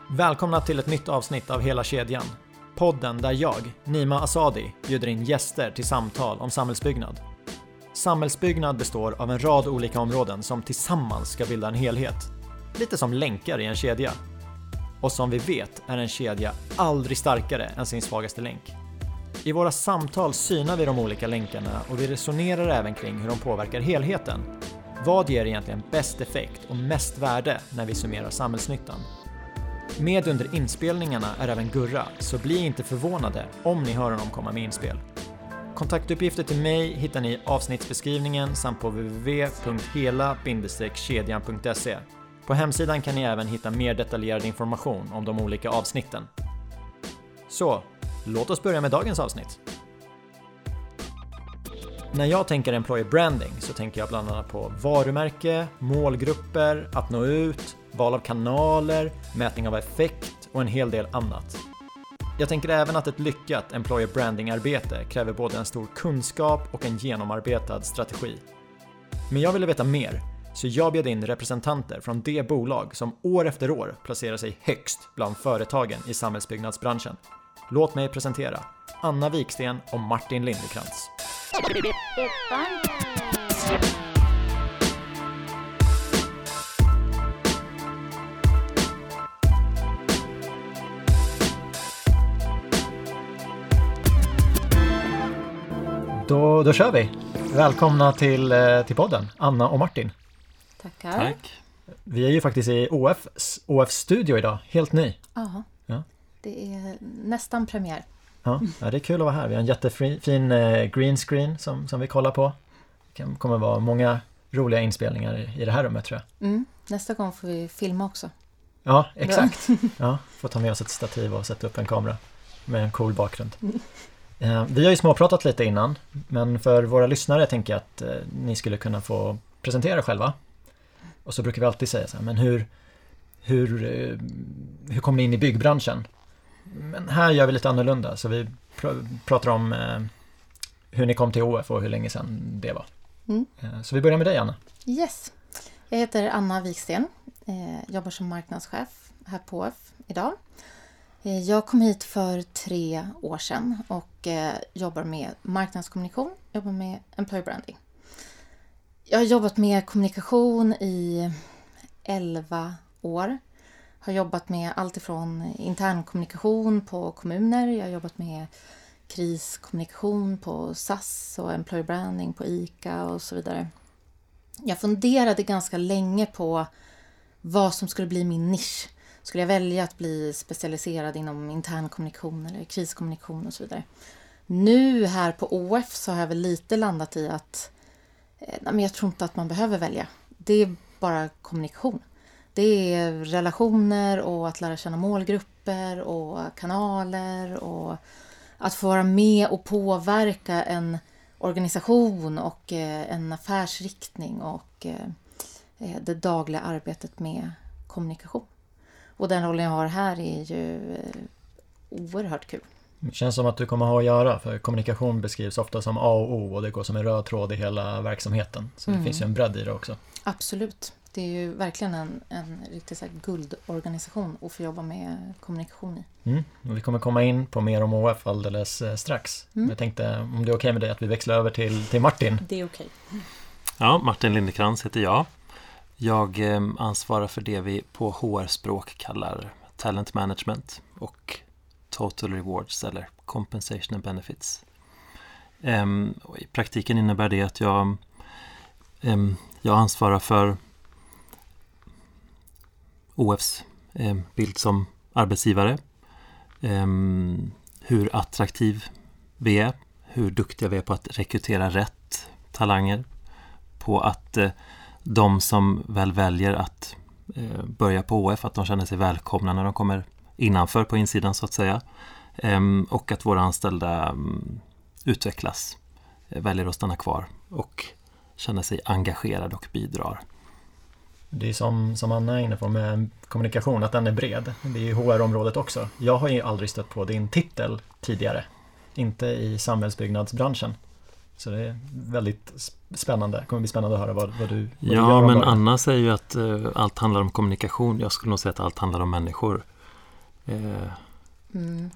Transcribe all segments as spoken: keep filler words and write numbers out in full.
Välkomna till ett nytt avsnitt av Hela kedjan. Podden där jag, Nima Asadi, bjuder in gäster till samtal om samhällsbyggnad. Samhällsbyggnad består av en rad olika områden som tillsammans ska bilda en helhet. Lite som länkar i en kedja. Och som vi vet är en kedja aldrig starkare än sin svagaste länk. I våra samtal synar vi de olika länkarna och vi resonerar även kring hur de påverkar helheten. Vad ger egentligen bäst effekt och mest värde när vi summerar samhällsnyttan? Med under inspelningarna är även Gurra, så bli inte förvånade om ni hör honom komma med inspel. Kontaktuppgifter till mig hittar ni i avsnittsbeskrivningen samt på w w w punkt hela kedjan punkt se. På hemsidan kan ni även hitta mer detaljerad information om de olika avsnitten. Så, låt oss börja med dagens avsnitt. När jag tänker employer branding så tänker jag bland annat på varumärke, målgrupper, att nå ut, val av kanaler, mätning av effekt och en hel del annat. Jag tänker även att ett lyckat employer branding-arbete kräver både en stor kunskap och en genomarbetad strategi. Men jag ville veta mer, så jag bjöd in representanter från det bolag som år efter år placerar sig högst bland företagen i samhällsbyggnadsbranschen. Låt mig presentera Anna Viksten och Martin Lindekrantz. Då, då kör vi. Välkomna till, till podden, Anna och Martin. Tackar. Tack. Vi är ju faktiskt i O F:s, O F:s studio idag, helt ny. Aha. Ja, det är nästan premiär. Ja, ja, det är kul att vara här. Vi har en jättefin eh, green screen som, som vi kollar på. Det kommer vara många roliga inspelningar i, i det här rummet, tror jag. Mm. Nästa gång får vi filma också. Ja, exakt. Ja, får ta med oss ett stativ och sätta upp en kamera med en cool bakgrund. Mm. Eh, vi har ju småpratat lite innan, men för våra lyssnare tänker jag att eh, ni skulle kunna få presentera själva. Och så brukar vi alltid säga så här, men hur, hur, eh, hur kom ni in i byggbranschen? Men här gör vi lite annorlunda, så vi pr- pratar om eh, hur ni kom till O F och hur länge sedan det var. Mm. Eh, så vi börjar med dig, Anna. Yes. Jag heter Anna Viksten. Eh, jobbar som marknadschef här på O F idag. Eh, jag kom hit för tre år sedan och eh, jobbar med marknadskommunikation. Jobbar med employer branding. Jag har jobbat med kommunikation i elva år. Har jobbat med allt ifrån internkommunikation på kommuner. Jag har jobbat med kriskommunikation på S A S och employer branding på ICA och så vidare. Jag funderade ganska länge på vad som skulle bli min nisch. Skulle jag välja att bli specialiserad inom internkommunikation eller kriskommunikation och så vidare. Nu här på O F så har jag väl lite landat i att nej, men jag tror inte att man behöver välja. Det är bara kommunikation. Det är relationer och att lära känna målgrupper och kanaler och att få vara med och påverka en organisation och en affärsriktning och det dagliga arbetet med kommunikation. Och den rollen jag har här är ju oerhört kul. Det känns som att du kommer ha att göra, för kommunikation beskrivs ofta som A och O och det går som en röd tråd i hela verksamheten. Så mm. det finns ju en bredd i det också. Absolut. Det är ju verkligen en, en riktigt så här guldorganisation att få jobba med kommunikation i. Mm. Och vi kommer komma in på mer om O F alldeles strax. Mm. Jag tänkte, om det är okej med dig, att vi växlar över till, till Martin. Det är okej. Ja, Martin Lindekrantz heter jag. Jag eh, ansvarar för det vi på H R-språk kallar talent management och total rewards eller compensation and benefits. Um, och i praktiken innebär det att jag, um, jag ansvarar för O F:s um, bild som arbetsgivare. Um, hur attraktiv vi är, hur duktiga vi är på att rekrytera rätt talanger, på att uh, de som väl väljer att uh, börja på O F, att de känner sig välkomna när de kommer innanför på insidan så att säga. Um, och att våra anställda um, utvecklas, väljer att stanna kvar och känner sig engagerade och bidrar. Det är som, som Anna är inne på med kommunikation, att den är bred. Det är ju H R-området också. Jag har ju aldrig stött på din titel tidigare. Inte i samhällsbyggnadsbranschen. Så det är väldigt spännande. Det kommer bli spännande att höra vad, vad du vad Ja, du gör. Men Anna säger ju att uh, allt handlar om kommunikation. Jag skulle nog säga att allt handlar om människor. Eh. Mm.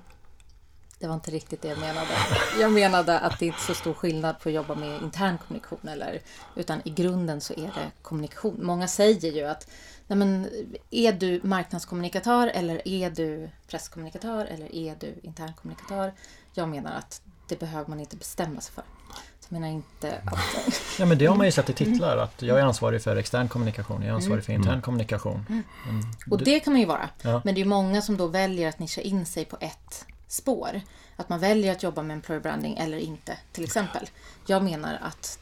Det var inte riktigt det jag menade. Jag menade att det inte är så stor skillnad på att jobba med intern kommunikation. Eller, utan i grunden så är det kommunikation. Många säger ju att nej men, är du marknadskommunikatör eller är du presskommunikatör eller är du intern kommunikatör? Jag menar att det behöver man inte bestämma sig för. Jag menar inte att... Ja, men det har man ju sett i titlar, att jag är ansvarig för extern kommunikation, jag är ansvarig för intern kommunikation. Mm. Mm. Och det kan man ju vara. Ja. Men det är många som då väljer att nischa in sig på ett spår. Att man väljer att jobba med employer branding eller inte, till exempel. Jag menar att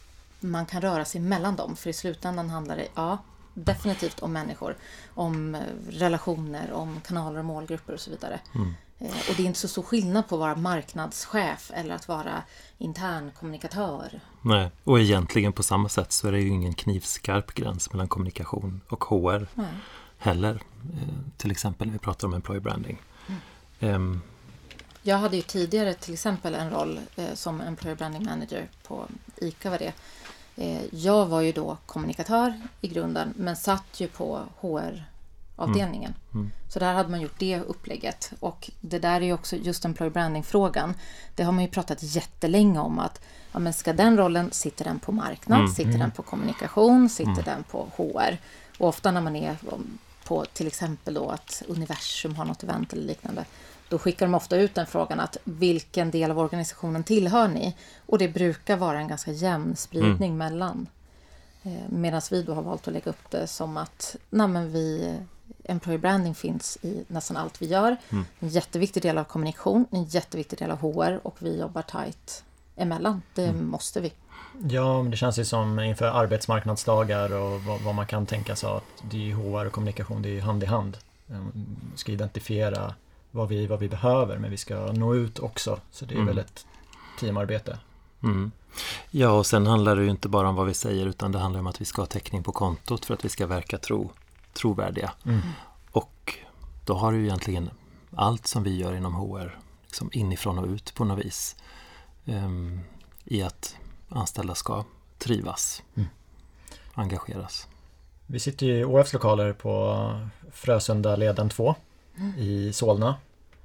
man kan röra sig mellan dem, för i slutändan handlar det, ja, definitivt om människor, om relationer, om kanaler och målgrupper och så vidare. Mm. Och det är inte så stor skillnad på att vara marknadschef eller att vara intern kommunikatör. Nej, och egentligen på samma sätt så är det ju ingen knivskarp gräns mellan kommunikation och H R. Nej. Heller. Till exempel när vi pratar om employer branding. Mm. Um, Jag hade ju tidigare till exempel en roll eh, som employer branding manager på ICA var det. Eh, jag var ju då kommunikatör i grunden, men satt ju på H R-avdelningen. Mm. Mm. Så där hade man gjort det upplägget. Och det där är ju också just employer branding-frågan. Det har man ju pratat jättelänge om att ja, men ska den rollen, sitter den på marknad, mm. sitter mm. den på kommunikation, sitter mm. den på H R? Och ofta när man är på till exempel då att universum har något event eller liknande, då skickar de ofta ut den frågan att vilken del av organisationen tillhör ni? Och det brukar vara en ganska jämn spridning mm. mellan. Eh, Medan vi då har valt att lägga upp det som att nej, men vi, employer branding finns i nästan allt vi gör. Mm. En jätteviktig del av kommunikation, en jätteviktig del av H R och vi jobbar tajt emellan. Det mm. måste vi. Ja, det känns ju som inför arbetsmarknadsdagar och vad, vad man kan tänka sig att det är H R och kommunikation, det är hand i hand. Vi ska identifiera vad vi, vad vi behöver, men vi ska nå ut också. Så det är mm. väl ett teamarbete. Mm. Ja, och sen handlar det ju inte bara om vad vi säger, utan det handlar om att vi ska ha täckning på kontot för att vi ska verka tro, trovärdiga. Mm. Och då har ju egentligen allt som vi gör inom H R liksom inifrån och ut på något vis um, i att anställda ska trivas, mm. engageras. Vi sitter i O Fs lokaler på Frösundaleden två mm. i Solna.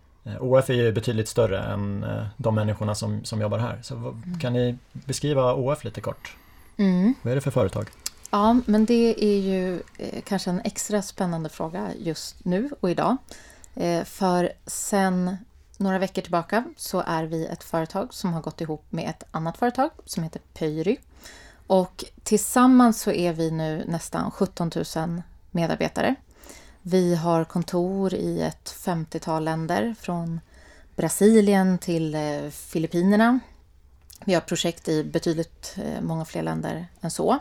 O F är ju betydligt större än de människorna som, som jobbar här. Så mm. kan ni beskriva O F lite kort? Mm. Vad är det för företag? Ja, men det är ju eh, kanske en extra spännande fråga just nu och idag. Eh, för sen några veckor tillbaka så är vi ett företag som har gått ihop med ett annat företag som heter Pöyry. Och tillsammans så är vi nu nästan sjutton tusen medarbetare. Vi har kontor i ett femtiotal länder, från Brasilien till eh, Filippinerna. Vi har projekt i betydligt eh, många fler länder än så.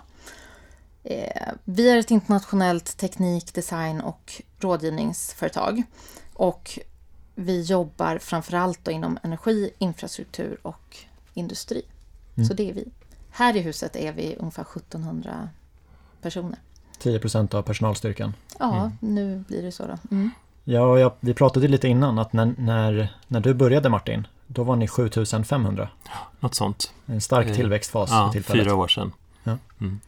Eh, vi är ett internationellt teknik-, design- och rådgivningsföretag. Och vi jobbar framförallt då inom energi, infrastruktur och industri. Mm. Så det är vi. Här i huset är vi ungefär sjuttonhundra personer. tio procent av personalstyrkan. Ja, mm. nu blir det så då. Mm. Ja, jag, vi pratade lite innan att när, när, när du började, Martin, då var ni sjutusen femhundra. Något sånt. En stark tillväxtfas. Ja, fyra år sedan. Ja. Mm.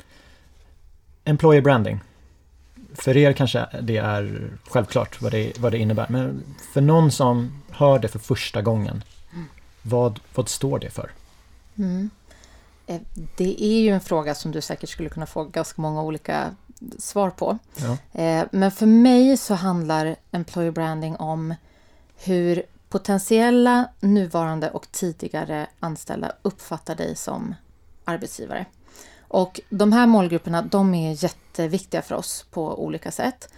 Employer branding. För er kanske det är självklart vad det, vad det innebär. Men för någon som hör det för första gången, mm. vad, vad står det för? Mm. Det är ju en fråga som du säkert skulle kunna få ganska många olika svar på. Ja. Men för mig så handlar employer branding om hur potentiella, nuvarande och tidigare anställda uppfattar dig som arbetsgivare. Och de här målgrupperna, de är jätteviktiga för oss på olika sätt.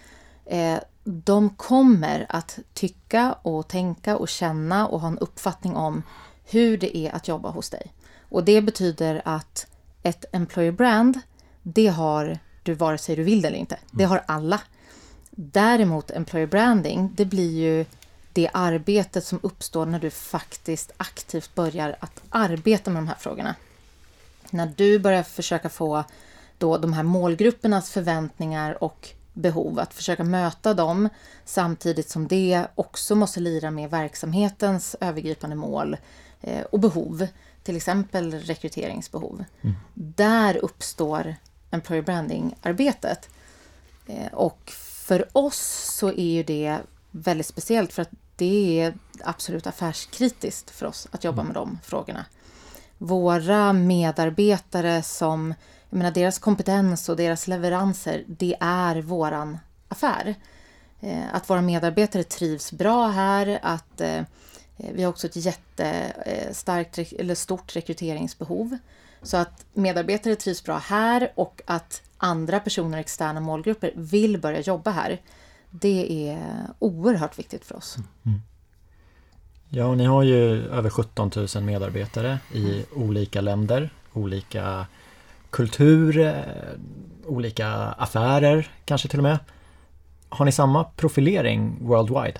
De kommer att tycka och tänka och känna och ha en uppfattning om hur det är att jobba hos dig. Och det betyder att ett employer brand, det har du vare sig du vill det eller inte. Det har alla. Däremot employer branding, det blir ju det arbetet som uppstår när du faktiskt aktivt börjar att arbeta med de här frågorna. När du börjar försöka få då de här målgruppernas förväntningar och behov, att försöka möta dem samtidigt som det också måste lira med verksamhetens övergripande mål eh, och behov. Till exempel rekryteringsbehov. Mm. Där uppstår employer branding-arbetet. Eh, och för oss så är ju det väldigt speciellt för att det är absolut affärskritiskt för oss att jobba med de frågorna. Våra medarbetare som, jag menar deras kompetens och deras leveranser, det är våran affär. Att våra medarbetare trivs bra här, att eh, vi har också ett jättestarkt eller stort rekryteringsbehov. Så att medarbetare trivs bra här och att andra personer, externa målgrupper, vill börja jobba här. Det är oerhört viktigt för oss. Mm. Ja, och ni har ju över sjutton tusen medarbetare i mm. olika länder, olika kultur, olika affärer kanske till och med. Har ni samma profilering worldwide?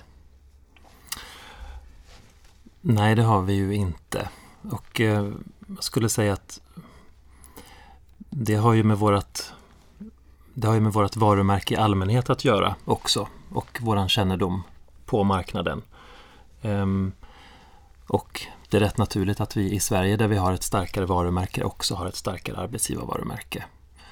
Nej, det har vi ju inte. Och eh, jag skulle säga att det har ju med vårat det har ju med vårat varumärke i allmänhet att göra också. Och våran kännedom på marknaden. Ehm, och det är rätt naturligt att vi i Sverige, där vi har ett starkare varumärke, också har ett starkare arbetsgivarvarumärke.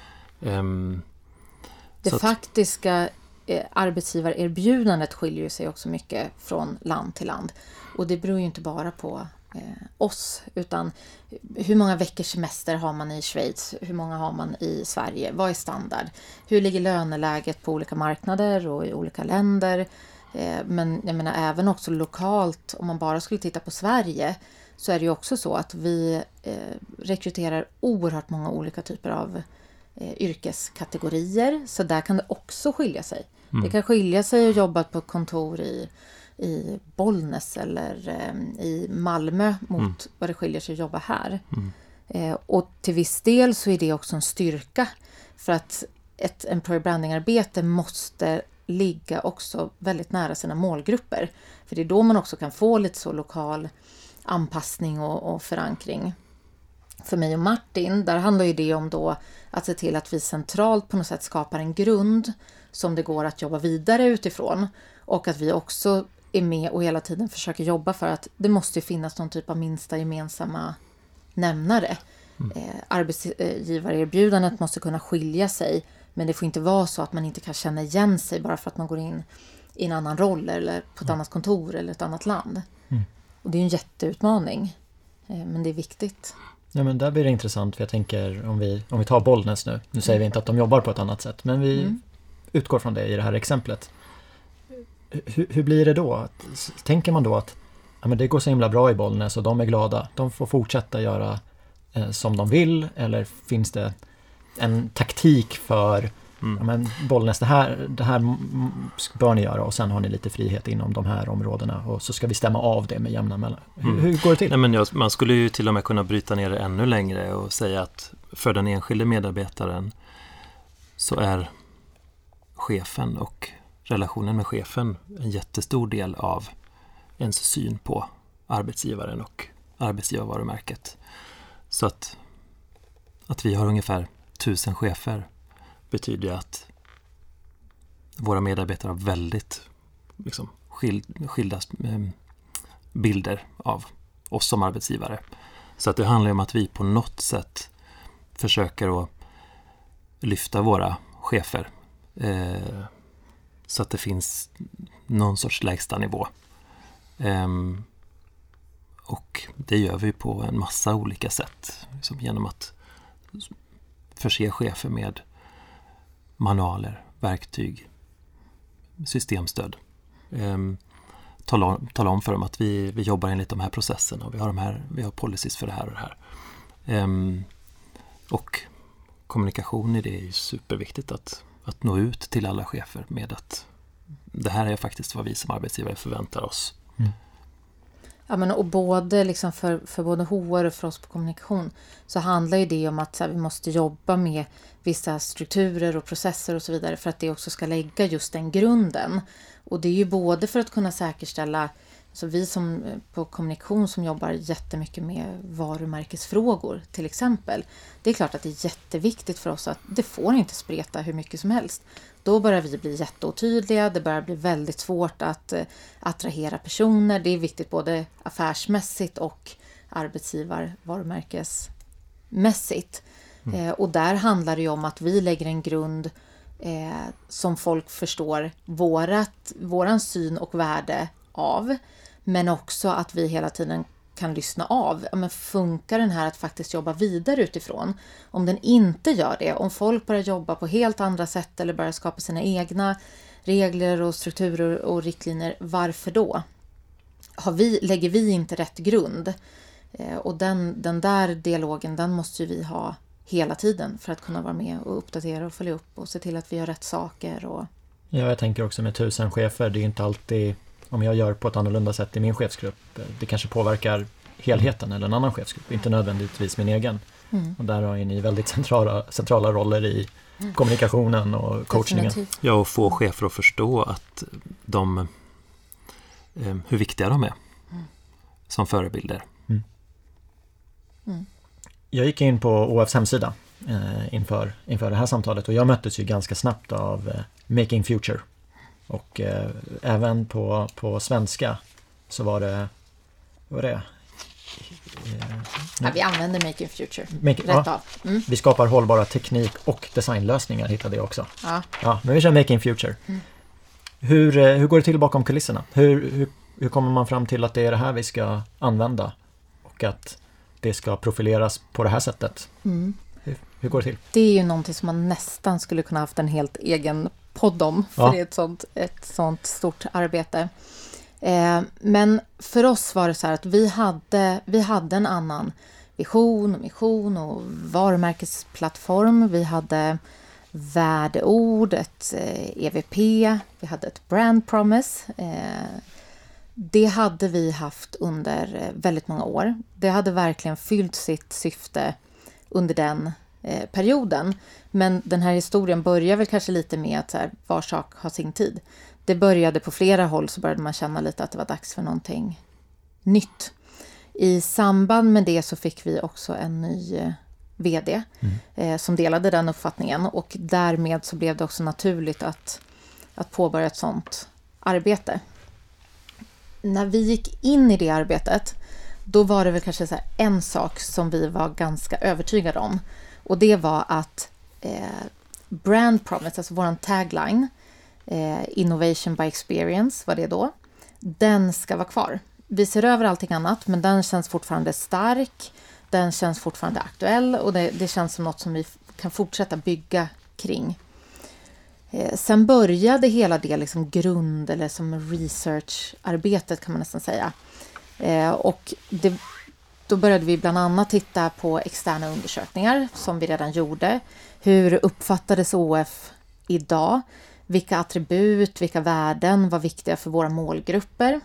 Ehm, det faktiska arbetsgivarerbjudandet skiljer sig också mycket från land till land. Och det beror ju inte bara på eh, oss, utan hur många veckors semester har man i Schweiz? Hur många har man i Sverige? Vad är standard? Hur ligger löneläget på olika marknader och i olika länder? Eh, men jag menar även också lokalt, om man bara skulle titta på Sverige, så är det ju också så att vi eh, rekryterar oerhört många olika typer av eh, yrkeskategorier. Så där kan det också skilja sig. Mm. Det kan skilja sig att jobba på kontor i, i Bollnäs eller eh, i Malmö mot mm. vad det skiljer sig att jobba här. Mm. Eh, och till viss del så är det också en styrka. För att ett employer branding-arbete måste ligga också väldigt nära sina målgrupper. För det är då man också kan få lite så lokal anpassning och, och förankring. För mig och Martin, där handlar ju det om då att se till att vi centralt på något sätt skapar en grund som det går att jobba vidare utifrån. Och att vi också är med och hela tiden försöker jobba för att det måste finnas någon typ av minsta gemensamma nämnare. Mm. Eh, arbetsgivarerbjudandet måste kunna skilja sig, men det får inte vara så att man inte kan känna igen sig bara för att man går in i en annan roll eller på ett mm. annat kontor eller ett annat land. Mm. Och det är en jätteutmaning, eh, men det är viktigt. Ja, men där blir det intressant, för jag tänker om vi, om vi tar Bollnäs nu. Nu säger vi inte att de jobbar på ett annat sätt, men vi mm. utgår från det i det här exemplet. Hur, hur blir det då? Tänker man då att ja, men det går så himla bra i Bollnäs och de är glada. De får fortsätta göra eh, som de vill, eller finns det en taktik för mm. ja, men Bollnäs, det här, det här bör ni göra och sen har ni lite frihet inom de här områdena och så ska vi stämma av det med jämna mellan. Hur, mm. hur går det till? Nej, men jag, man skulle ju till och med kunna bryta ner det ännu längre och säga att för den enskilde medarbetaren så är chefen och relationen med chefen en jättestor del av ens syn på arbetsgivaren och arbetsgivarvarumärket. Så att, att vi har ungefär tusen chefer betyder att våra medarbetare har väldigt liksom, skild, skilda eh, bilder av oss som arbetsgivare. Så att det handlar om att vi på något sätt försöker att lyfta våra chefer eh, så att det finns någon sorts lägsta nivå. Eh, och det gör vi på en massa olika sätt. Liksom genom att förse chefer med manualer, verktyg, systemstöd. Ehm, tala, tala om för dem att vi, vi jobbar enligt de här processerna och vi har, de här, vi har policies för det här och det här. Ehm, och kommunikation i det är ju superviktigt att, att nå ut till alla chefer med att det här är faktiskt vad vi som arbetsgivare förväntar oss. Mm. Ja, men och både liksom för, för både H R och för oss på kommunikation så handlar ju det om att så här, vi måste jobba med vissa strukturer och processer och så vidare för att det också ska lägga just den grunden. Och det är ju både för att kunna säkerställa, så vi som på kommunikation som jobbar jättemycket med varumärkesfrågor till exempel. Det är klart att det är jätteviktigt för oss att det får inte spreta hur mycket som helst. Då börjar vi bli jätteotydliga, det börjar bli väldigt svårt att eh, attrahera personer. Det är viktigt både affärsmässigt och arbetsgivarvarumärkesmässigt. Mm. Eh, och där handlar det ju om att vi lägger en grund eh, som folk förstår vårat, våran syn och värde av, men också att vi hela tiden kan lyssna av. Ja, men funkar den här att faktiskt jobba vidare utifrån? Om den inte gör det, om folk börjar jobba på helt andra sätt eller börjar skapa sina egna regler och strukturer och riktlinjer, varför då? Har vi, lägger vi inte rätt grund? Eh, och den, den där dialogen, den måste ju vi ha hela tiden för att kunna vara med och uppdatera och följa upp och se till att vi gör rätt saker. Och... Ja, jag tänker också med tusen chefer, det är inte alltid, om jag gör på ett annorlunda sätt i min chefsgrupp, det kanske påverkar helheten eller en annan chefsgrupp, inte nödvändigtvis min egen. Mm. Och där har ni väldigt centrala, centrala roller i mm. kommunikationen och coachningen. Definitivt. Ja, och få chefer att förstå att de, eh, hur viktiga de är mm. som förebilder. Mm. Mm. Jag gick in på O F:s hemsida eh, inför, inför det här samtalet och jag möttes ju ganska snabbt av eh, Making Future. Och eh, även på, på svenska så var det, vad var det? Eh, ja, vi använder Making Future. Make, Rätt ja, av. Mm. Vi skapar hållbara teknik- och designlösningar, hittade jag också. Ja. Ja, men vi kör Making Future. Mm. Hur, hur går det till bakom kulisserna? Hur, hur, hur kommer man fram till att det är det här vi ska använda och att det ska profileras på det här sättet? Mm. Hur, hur går det till? Det är ju någonting som man nästan skulle kunna haft en helt egen podd om, för ja. det är ett sånt, ett sånt stort arbete. Eh, men för oss var det så här att vi hade, vi hade en annan vision och mission och varumärkesplattform. Vi hade värdeord, ett eh, E V P, vi hade ett brand promise. Eh, det hade vi haft under väldigt många år. Det hade verkligen fyllt sitt syfte under den eh, perioden. Men den här historien börjar väl kanske lite med att så här, var sak har sin tid. Det började på flera håll, så började man känna lite att det var dags för någonting nytt. I samband med det så fick vi också en ny eh, vd mm. eh, som delade den uppfattningen. Och därmed så blev det också naturligt att, att påbörja ett sånt arbete. När vi gick in i det arbetet, då var det väl kanske så här en sak som vi var ganska övertygade om. Och det var att eh, brand promise, alltså våran tagline, eh, innovation by experience var det då, den ska vara kvar. Vi ser över allting annat, men den känns fortfarande stark, den känns fortfarande aktuell och det, det känns som något som vi kan fortsätta bygga kring. Eh, sen började hela det liksom grund- eller som research-arbetet kan man nästan säga. Eh, och det, då började vi bland annat titta på externa undersökningar som vi redan gjorde. Hur uppfattades O F idag? Vilka attribut, vilka värden var viktiga för våra målgrupper?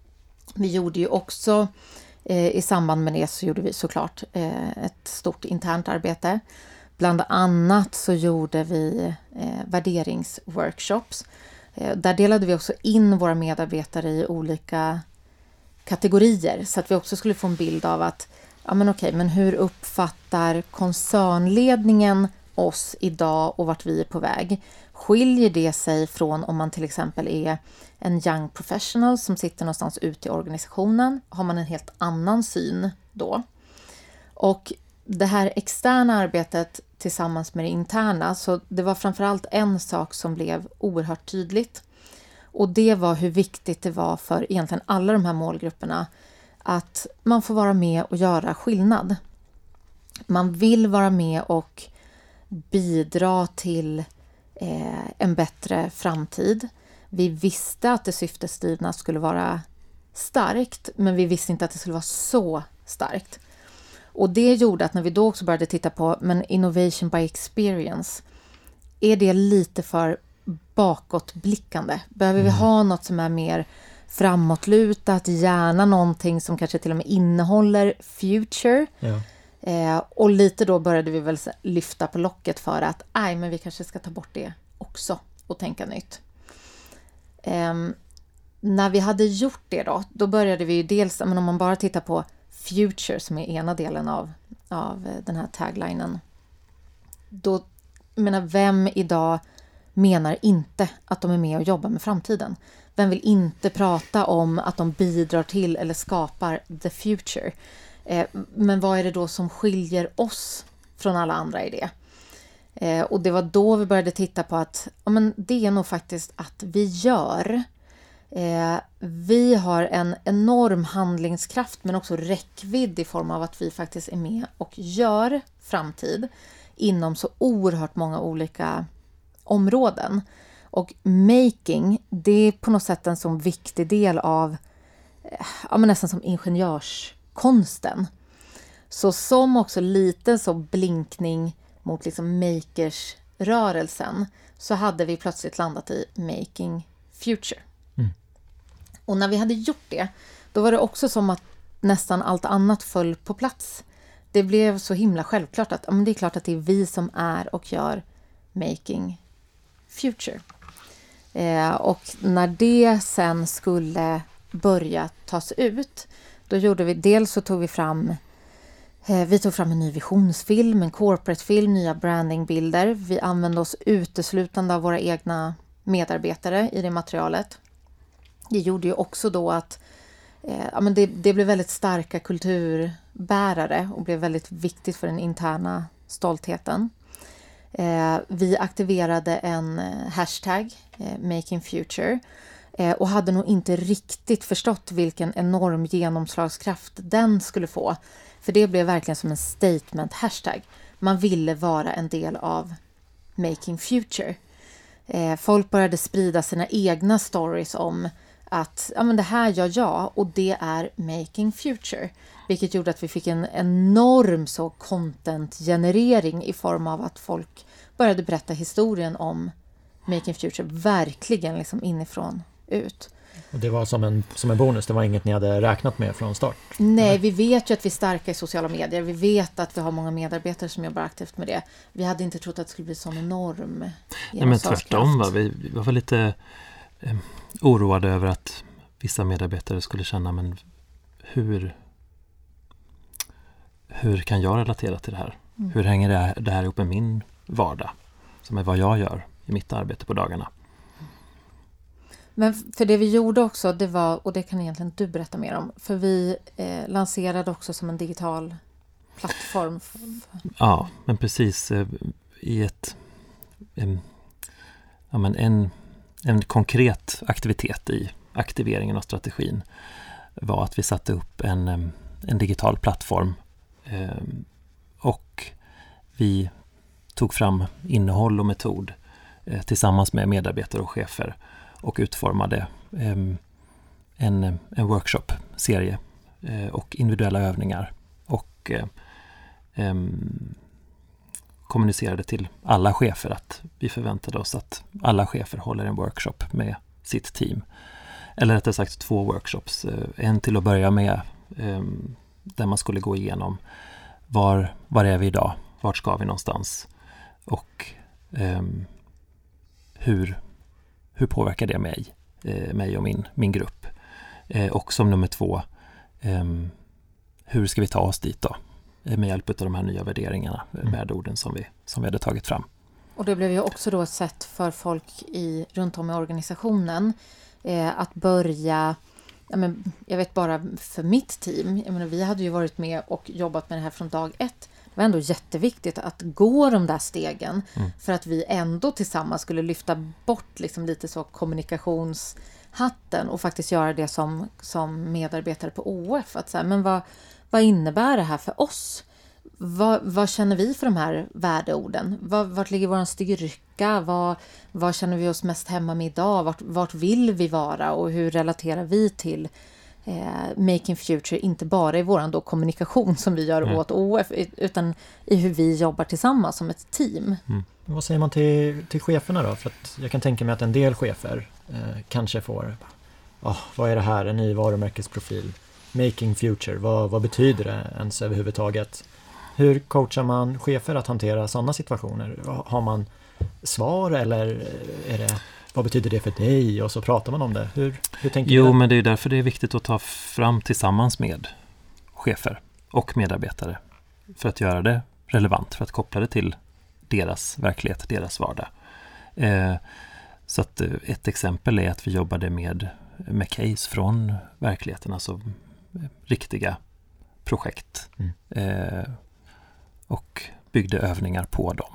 Vi gjorde ju också, eh, i samband med det så gjorde vi såklart eh, ett stort internt arbete. Bland annat så gjorde vi eh, värderingsworkshops. Eh, där delade vi också in våra medarbetare i olika kategorier så att vi också skulle få en bild av att ja men okej, men hur uppfattar koncernledningen oss idag och vart vi är på väg? Skiljer det sig från om man till exempel är en young professional som sitter någonstans ute i organisationen? Har man en helt annan syn då? Och det här externa arbetet tillsammans med det interna, så det var framförallt en sak som blev oerhört tydligt. Och det var hur viktigt det var för egentligen alla de här målgrupperna att man får vara med och göra skillnad. Man vill vara med och bidra till eh, en bättre framtid. Vi visste att det syftesdrivna skulle vara starkt, men vi visste inte att det skulle vara så starkt. Och det gjorde att när vi då också började titta på men innovation by experience, är det lite för bakåtblickande? Behöver mm. vi ha något som är mer framåtlutat, gärna någonting som kanske till och med innehåller future? Ja. Eh, och lite då började vi väl lyfta på locket för att aj, men vi kanske ska ta bort det också och tänka nytt. Eh, när vi hade gjort det då, då började vi ju dels, men om man bara tittar på future som är ena delen av, av den här taglinen, då menar vem idag menar inte att de är med och jobbar med framtiden? Vem vill inte prata om att de bidrar till eller skapar the future? Eh, men vad är det då som skiljer oss från alla andra i det? Eh, och det var då vi började titta på att ja, men det är nog faktiskt att vi gör. Eh, vi har en enorm handlingskraft men också räckvidd i form av att vi faktiskt är med och gör framtid inom så oerhört många olika områden. Och making, det är på något sätt en sån viktig del av ja, men nästan som ingenjörskonsten. Så som också lite så blinkning mot liksom makersrörelsen så hade vi plötsligt landat i Making Future. Mm. Och när vi hade gjort det, då var det också som att nästan allt annat föll på plats. Det blev så himla självklart att ja, men det är klart att det är vi som är och gör Making Future. Eh, och när det sen skulle börja tas ut, då gjorde vi, dels så tog vi fram eh, vi tog fram en ny visionsfilm, en corporate-film, nya brandingbilder. Vi använde oss uteslutande av våra egna medarbetare i det materialet. Det gjorde ju också då att eh, ja, men det, det blev väldigt starka kulturbärare och blev väldigt viktigt för den interna stoltheten. Eh, vi aktiverade en hashtag, eh, Making Future, eh, och hade nog inte riktigt förstått vilken enorm genomslagskraft den skulle få. För det blev verkligen som en statement hashtag. Man ville vara en del av Making Future. Eh, folk började sprida sina egna stories om att ja, men det här gör jag och det är Making Future. Vilket gjorde att vi fick en enorm så content-generering i form av att folk började berätta historien om Making Future verkligen liksom inifrån ut. Och det var som en, som en bonus, det var inget ni hade räknat med från start? Nej, vi vet ju att vi är starka i sociala medier. Vi vet att vi har många medarbetare som jobbar aktivt med det. Vi hade inte trott att det skulle bli sån enorm Nej, men tvärtom, va? Vi, vi var väl lite eh, oroade över att vissa medarbetare skulle känna, men hur hur kan jag relatera till det här? Mm. Hur hänger det här, det här ihop med min vardag? Som är vad jag gör i mitt arbete på dagarna. Men för det vi gjorde också, det var, och det kan egentligen du berätta mer om, för vi eh, lanserade också som en digital plattform. Ja, men precis eh, i ett en, ja, men en, en konkret aktivitet i aktiveringen av strategin var att vi satte upp en, en digital plattform eh, och vi tog fram innehåll och metod eh, tillsammans med medarbetare och chefer och utformade eh, en, en workshop-serie eh, och individuella övningar och eh, eh, kommunicerade till alla chefer att vi förväntade oss att alla chefer håller en workshop med sitt team. Eller rättare sagt två workshops. Eh, en till att börja med eh, där man skulle gå igenom var, var är vi idag? Vart ska vi någonstans? Och eh, hur Hur påverkar det mig, eh, mig och min, min grupp? Eh, och som nummer två, eh, hur ska vi ta oss dit då? Eh, med hjälp av de här nya värderingarna, mm. värdeorden som vi, som vi hade tagit fram. Och det blev ju också då ett sätt för folk i, runt om i organisationen eh, att börja, ja, men, jag vet bara för mitt team, jag menar, vi hade ju varit med och jobbat med det här från dag ett. Det var ändå jätteviktigt att gå de där stegen mm. för att vi ändå tillsammans skulle lyfta bort liksom lite så kommunikationshatten och faktiskt göra det som, som medarbetare på O F. Att så här, men vad, vad innebär det här för oss? Vad, vad känner vi för de här värdeorden? Vad, vart ligger vår styrka? Vad, vad känner vi oss mest hemma med idag? Vart, vart vill vi vara? Och hur relaterar vi till Eh, Making Future, inte bara i våran då kommunikation som vi gör mm. åt O F, utan i hur vi jobbar tillsammans som ett team. Mm. Vad säger man till, till cheferna då? För att jag kan tänka mig att en del chefer eh, kanske får oh, vad är det här? En ny varumärkesprofil. Making Future, vad, vad betyder det ens överhuvudtaget? Hur coachar man chefer att hantera sådana situationer? Har man svar eller är det vad betyder det för dig? Och så pratar man om det. Hur, hur tänker jo, du? Jo, men det är därför det är viktigt att ta fram tillsammans med chefer och medarbetare för att göra det relevant, för att koppla det till deras verklighet, deras vardag. Eh, så att ett exempel är att vi jobbade med, med case från verkligheten, alltså riktiga projekt mm. eh, och byggde övningar på dem.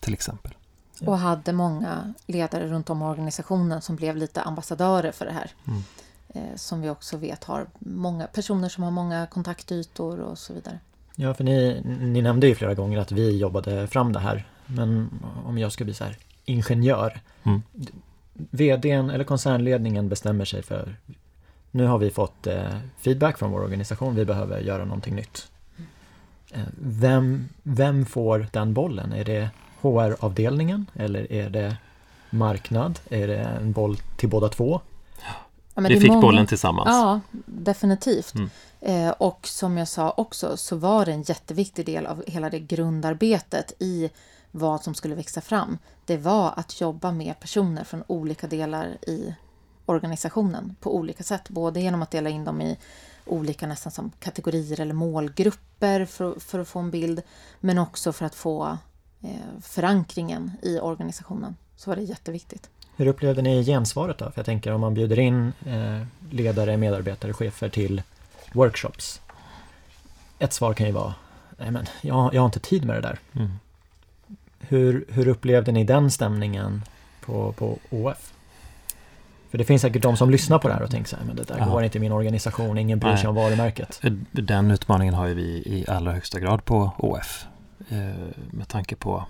till exempel. Ja. Och hade många ledare runt om i organisationen som blev lite ambassadörer för det här. Mm. Eh, som vi också vet har många personer som har många kontaktytor och så vidare. Ja, för ni, ni nämnde ju flera gånger att vi jobbade fram det här. Men om jag ska bli så här ingenjör. Mm. Vdn eller koncernledningen bestämmer sig för nu har vi fått eh, feedback från vår organisation. Vi behöver göra någonting nytt. Eh, vem, vem får den bollen? Är det H R-avdelningen eller är det marknad? Är det en boll till båda två? Ja, vi fick många... bollen tillsammans. Ja, definitivt. Mm. Eh, och som jag sa också så var det en jätteviktig del av hela det grundarbetet i vad som skulle växa fram. Det var att jobba med personer från olika delar i organisationen på olika sätt. Både genom att dela in dem i olika nästan som kategorier eller målgrupper för, för att få en bild. Men också för att få eh, förankringen i organisationen. Så var det jätteviktigt. Hur upplevde ni gensvaret då? För jag tänker om man bjuder in eh, ledare, medarbetare, chefer till workshops. Ett svar kan ju vara nej men jag, jag har inte tid med det där. Mm. Hur, hur upplevde ni den stämningen på, på O F? För det finns säkert de som lyssnar på det här och tänker så här, men det där Aha. går inte i min organisation, ingen bryr sig om varumärket. Den utmaningen har ju vi i allra högsta grad på O F. Eh, med tanke på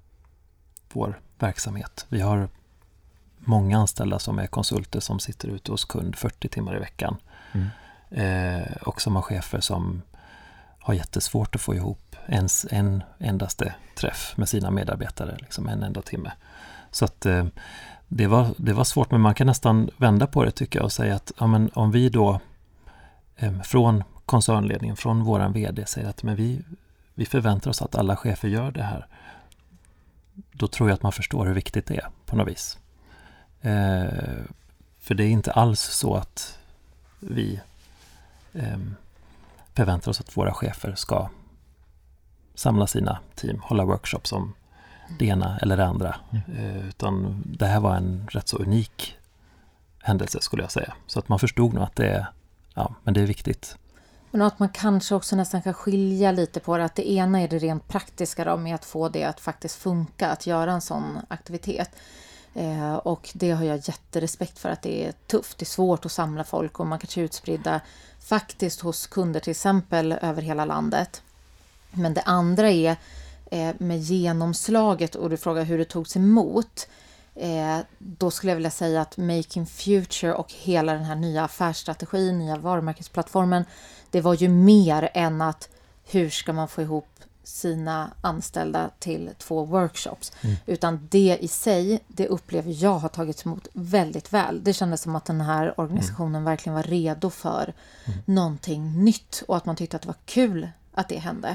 vår verksamhet. Vi har många anställda som är konsulter som sitter ute hos kund fyrtio timmar i veckan. Mm. Eh, och som har chefer som har jättesvårt att få ihop ens en endaste träff med sina medarbetare, liksom en enda timme. Så att eh, det, var, det var svårt, men man kan nästan vända på det tycker jag och säga att ja, men om vi då eh, från koncernledningen, från våran vd säger att men vi, vi förväntar oss att alla chefer gör det här, då tror jag att man förstår hur viktigt det är på något vis. Eh, för det är inte alls så att vi eh, förväntar oss att våra chefer ska samla sina team, hålla workshops om det ena eller det andra. Mm. Eh, utan det här var en rätt så unik händelse skulle jag säga. Så att man förstod nog att det är, ja, men det är viktigt. Men att man kanske också nästan kan skilja lite på det. Att det ena är det rent praktiska då, med att få det att faktiskt funka, att göra en sån aktivitet. Eh, och det har jag jätterespekt för, att det är tufft, det är svårt att samla folk och man kanske är utspridda faktiskt hos kunder till exempel över hela landet. Men det andra är eh, med genomslaget, och du frågar hur det togs emot. Eh, då skulle jag vilja säga att Making Future och hela den här nya affärsstrategin, nya varumärkesplattformen, det var ju mer än att hur ska man få ihop sina anställda till två workshops. Mm. Utan det i sig, det upplever jag har tagits emot väldigt väl. Det kändes som att den här organisationen mm. verkligen var redo för mm. någonting nytt och att man tyckte att det var kul att det hände.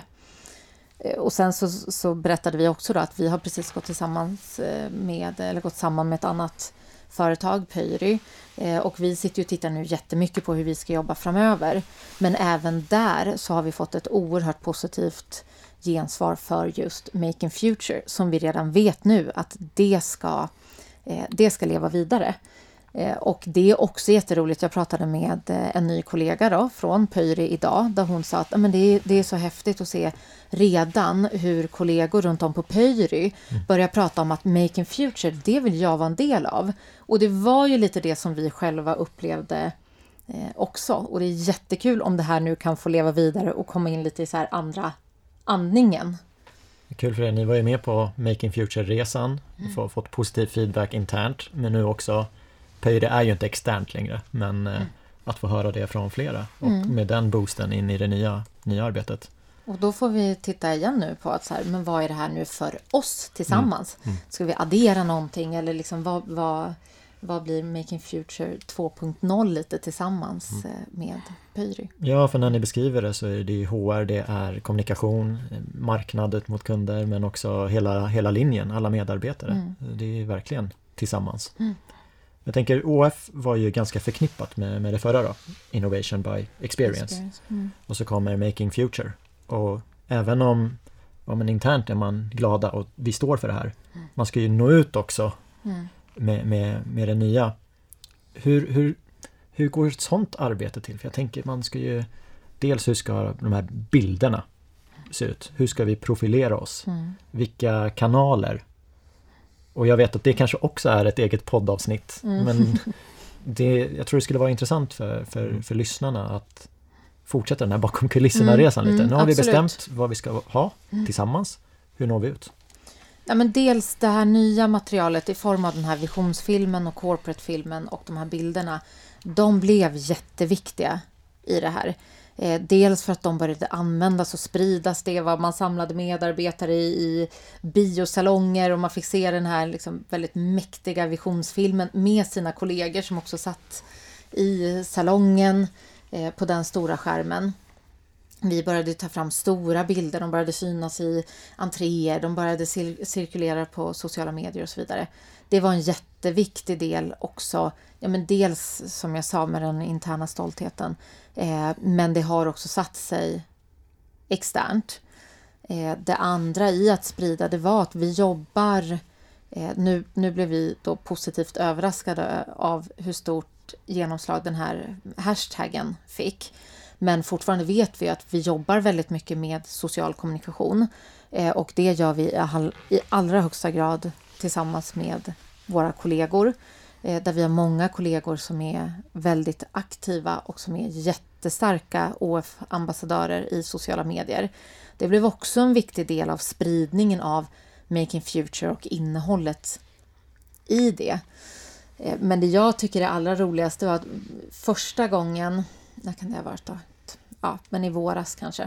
Och sen så, så berättade vi också då att vi har precis gått tillsammans med, eller gått samman med ett annat företag, Pöyry. Och vi sitter ju och tittar nu jättemycket på hur vi ska jobba framöver. Men även där så har vi fått ett oerhört positivt gensvar för just Making Future, som vi redan vet nu att det ska, det ska leva vidare. Och det är också jätteroligt. Jag pratade med en ny kollega då, från Pöyry idag, där hon sa att men det, är, det är så häftigt att se redan hur kollegor runt om på Pöyry mm. börjar prata om att Making Future, det vill jag vara en del av. Och det var ju lite det som vi själva upplevde eh, också. Och det är jättekul om det här nu kan få leva vidare och komma in lite i så här andra andningen. Kul för er. Ni var ju med på Making Future-resan och mm. fått positiv feedback internt, men nu också Pöyry är ju inte externt längre, men mm. att få höra det från flera och mm. med den boosten in i det nya, nya arbetet. Och då får vi titta igen nu på att så här, men vad är det här nu för oss tillsammans? Mm. Mm. Ska vi addera någonting eller liksom vad, vad, vad blir Making Future två punkt noll lite tillsammans mm. med Pöyry? Ja, för när ni beskriver det så är det H R, det är kommunikation, marknadet mot kunder, men också hela, hela linjen, alla medarbetare. Mm. Det är verkligen tillsammans. Mm. Jag tänker O F var ju ganska förknippat med, med det förra då, Innovation by Experience. experience. Mm. Och så kommer Making Future. Och även om, om en internt är man glada och vi står för det här. Mm. Man ska ju nå ut också mm. med, med, med det nya. Hur, hur, hur går ett sånt arbete till? För jag tänker man ska ju, dels hur ska de här bilderna se ut? Hur ska vi profilera oss? Mm. Vilka kanaler Och jag vet att det kanske också är ett eget poddavsnitt. Mm. Men det, jag tror det skulle vara intressant för, för, för lyssnarna att fortsätta den här bakom kulisserna-resan mm, lite. Nu mm, har vi absolut. bestämt vad vi ska ha tillsammans. Hur når vi ut? Ja, men dels det här nya materialet i form av den här visionsfilmen och corporate-filmen och de här bilderna, de blev jätteviktiga i det här. Eh, dels för att de började användas och spridas. Det var man samlade medarbetare i, i biosalonger och man fick se den här liksom väldigt mäktiga visionsfilmen med sina kollegor som också satt i salongen eh, på den stora skärmen. Vi började ta fram stora bilder, de började synas i entréer, de började cir- cirkulera på sociala medier och så vidare. Det var en jätteviktig del också, ja, men dels som jag sa med den interna stoltheten, eh, men det har också satt sig externt. Eh, det andra i att sprida, det var att vi jobbar, eh, nu, nu blev vi då positivt överraskade av hur stort genomslag den här hashtaggen fick. Men fortfarande vet vi att vi jobbar väldigt mycket med social kommunikation. Eh, och det gör vi i, all, i allra högsta grad tillsammans med våra kollegor. Eh, där vi har många kollegor som är väldigt aktiva och som är jättestarka O F-ambassadörer i sociala medier. Det blev också en viktig del av spridningen av Making Future och innehållet i det. Eh, men det jag tycker är allra roligast var att första gången, när kan det ha varit då? Ja, men i våras kanske,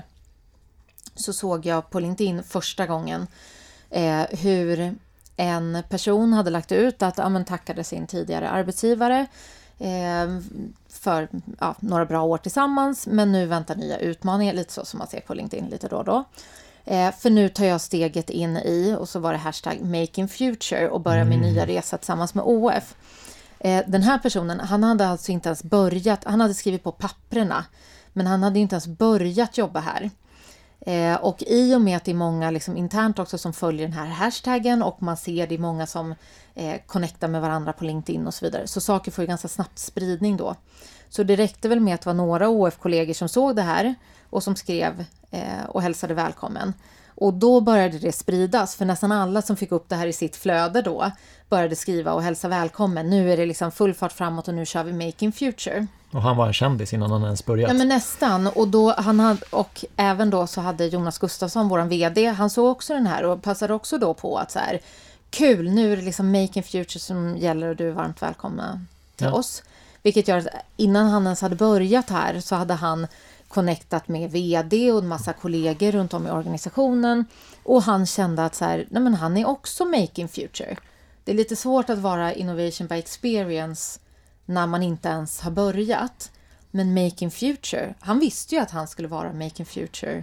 så såg jag på LinkedIn första gången eh, hur en person hade lagt ut att ja, men tackade sin tidigare arbetsgivare eh, för ja, några bra år tillsammans, men nu väntar nya utmaningar, lite så som man ser på LinkedIn lite då och då. Eh, för nu tar jag steget in i, och så var det hashtag Making Future och börjar min mm. nya resa tillsammans med O F. Eh, den här personen, han hade alltså inte ens börjat, han hade skrivit på papperna, men han hade inte ens börjat jobba här. Eh, och i och med att det är många liksom, internt också som följer den här hashtaggen och man ser det är många som eh, connectar med varandra på LinkedIn och så vidare. Så saker får ju ganska snabbt spridning då. Så det räckte väl med att det var några O F-kollegor som såg det här och som skrev eh, och hälsade välkommen. Och då började det spridas, för nästan alla som fick upp det här i sitt flöde då började skriva och hälsa välkommen. Nu är det liksom full fart framåt och nu kör vi Making Future. Och han var en kändis innan han ens börjat. Ja, men nästan. Och, då, han hade, och även då så hade Jonas Gustafsson, våran vd, han såg också den här och passade också då på att så här, kul, nu är det liksom Making Future som gäller och du är varmt välkomna till ja. oss. Vilket gör att innan han ens hade börjat här så hade han connectat med vd och en massa kollegor runt om i organisationen. Och han kände att så här, nej men han är också Making Future. Det är lite svårt att vara Innovation by Experience när man inte ens har börjat. Men Making Future, han visste ju att han skulle vara Making Future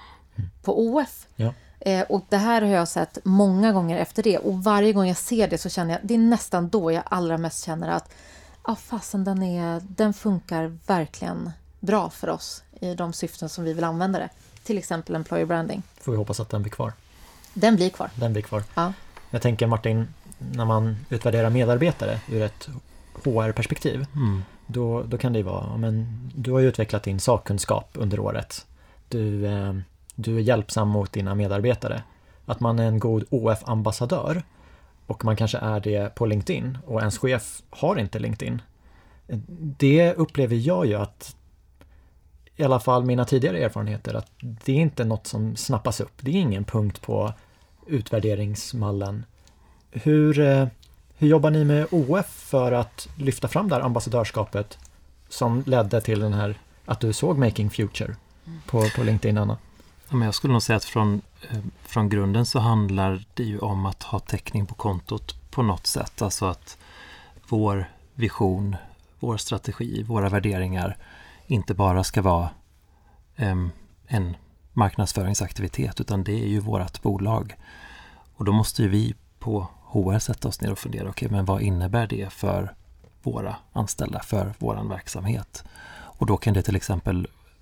på O F. Ja. Eh, och det här har jag sett många gånger efter det. Och varje gång jag ser det så känner jag, det är nästan då jag allra mest känner att ah, fasen, den, är, den funkar verkligen bra för oss i de syften som vi vill använda det. Till exempel employer branding. Får vi hoppas att den blir kvar. Den blir kvar. Den blir kvar. Ja. Jag tänker, Martin, när man utvärderar medarbetare ur ett H R-perspektiv, mm. då, då kan det ju vara, men du har ju utvecklat din sakkunskap under året. Du, eh, du är hjälpsam mot dina medarbetare. Att man är en god O F-ambassadör och man kanske är det på LinkedIn och ens chef har inte LinkedIn. Det upplever jag ju att, i alla fall mina tidigare erfarenheter, att det är inte något som snappas upp. Det är ingen punkt på utvärderingsmallen. Hur, hur jobbar ni med O F för att lyfta fram det här ambassadörskapet som ledde till den här, att du såg Making Future på, på LinkedIn, Anna? Ja, men jag skulle nog säga att från, från grunden så handlar det ju om att ha täckning på kontot på något sätt. Alltså att vår vision, vår strategi, våra värderingar inte bara ska vara um, en marknadsföringsaktivitet, utan det är ju vårt bolag. Och då måste ju vi på H R sätta oss ner och fundera, okej, okay, men vad innebär det för våra anställda, för våran verksamhet? Och då kan det till exempel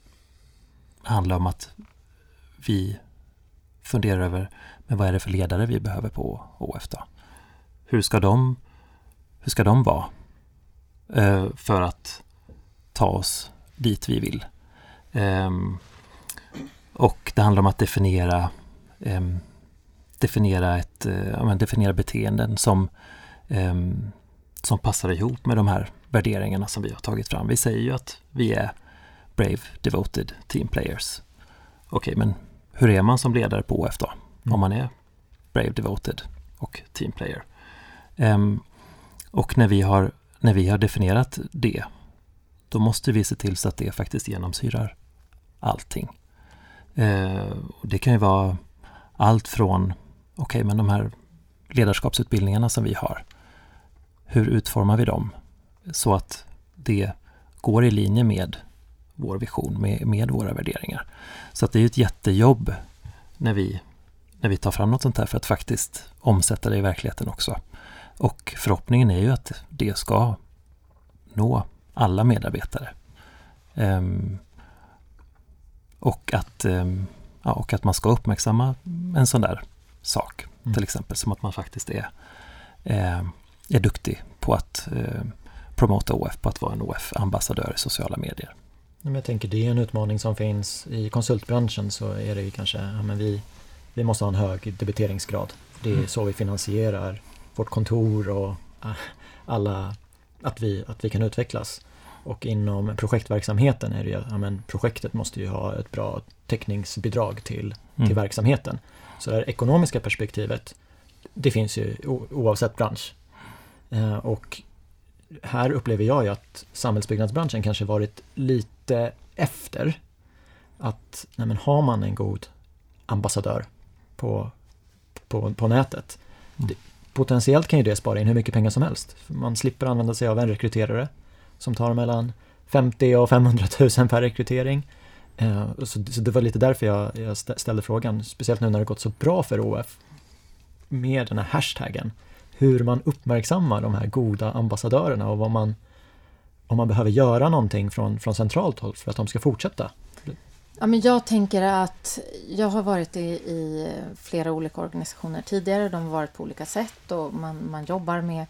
handla om att vi funderar över, men vad är det för ledare vi behöver på O F då? Hur ska de, hur ska de vara eh, för att ta oss dit vi vill? Um, och det handlar om att definiera um, definiera, ett, ja, men definiera beteenden som, eh, som passar ihop med de här värderingarna som vi har tagit fram. Vi säger ju att vi är brave, devoted team players. Okej, men hur är man som ledare på O F då? Mm. Om man är brave, devoted och team player. Um, och när vi, har, när vi har definierat det, då måste vi se till så att det faktiskt genomsyrar allting. Uh, det kan ju vara allt från, okej, okay, men de här ledarskapsutbildningarna som vi har, hur utformar vi dem så att det går i linje med vår vision, med, med våra värderingar. Så att det är ju ett jättejobb när vi, när vi tar fram något sånt här för att faktiskt omsätta det i verkligheten också. Och förhoppningen är ju att det ska nå alla medarbetare. Um, och, att, um, ja, och att man ska uppmärksamma en sån där sak. Mm. Till exempel som att man faktiskt är, eh, är duktig på att eh, promota O F, på att vara en O F-ambassadör i sociala medier. Jag tänker det är en utmaning som finns i konsultbranschen, så är det ju kanske, ja, men vi, vi måste ha en hög debiteringsgrad. Det är mm. så vi finansierar vårt kontor och alla, att vi, att vi kan utvecklas. Och inom projektverksamheten är det ju, ja, men projektet måste ju ha ett bra täckningsbidrag till, mm. till verksamheten. Så det ekonomiska perspektivet, det finns ju oavsett bransch. Eh, och här upplever jag ju att samhällsbyggnadsbranschen kanske varit lite efter. Att nej men, har man en god ambassadör på, på, på nätet, mm. det, potentiellt kan ju det spara in hur mycket pengar som helst. Man slipper använda sig av en rekryterare som tar mellan femtio och femhundratusen per rekrytering. Eh, så, så det var lite därför jag, jag ställde frågan, speciellt nu när det gått så bra för O F med den här hashtaggen. Hur man uppmärksammar de här goda ambassadörerna och vad man, om man behöver göra någonting från, från centralt håll för att de ska fortsätta. Ja, men jag tänker att jag har varit i, i flera olika organisationer tidigare. De har varit på olika sätt och man, man jobbar med,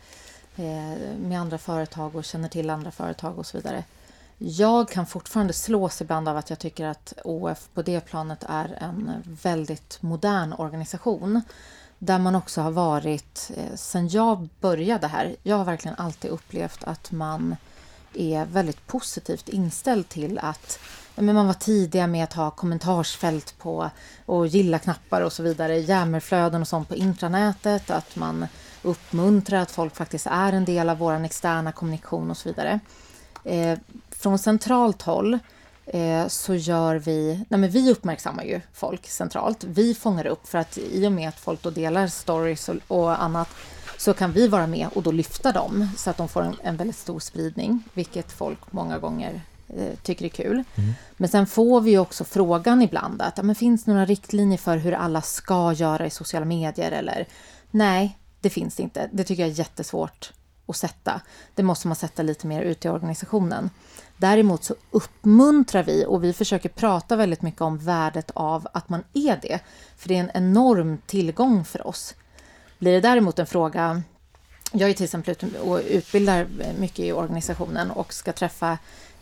med andra företag och känner till andra företag och så vidare. Jag kan fortfarande slås ibland av att jag tycker att O F på det planet är en väldigt modern organisation. Där man också har varit, eh, sen jag började här, jag har verkligen alltid upplevt att man är väldigt positivt inställd till att ja, men man var tidiga med att ha kommentarsfält på och gilla knappar och så vidare, jammerflöden och sånt på intranätet, att man uppmuntrar att folk faktiskt är en del av vår externa kommunikation och så vidare. Eh, från centralt håll eh, så gör vi, nej men vi uppmärksammar ju folk centralt. Vi fångar upp för att i och med att folk då delar stories och, och annat så kan vi vara med och då lyfta dem så att de får en, en väldigt stor spridning, vilket folk många gånger eh, tycker är kul. Mm. Men sen får vi ju också frågan ibland att ja, men finns det några riktlinjer för hur alla ska göra i sociala medier eller nej, det finns det inte. Det tycker jag är jättesvårt att sätta. Det måste man sätta lite mer ut i organisationen. Däremot så uppmuntrar vi och vi försöker prata väldigt mycket om värdet av att man är det. För det är en enorm tillgång för oss. Blir det däremot en fråga, jag är till exempel ute och utbildar mycket i organisationen och ska träffa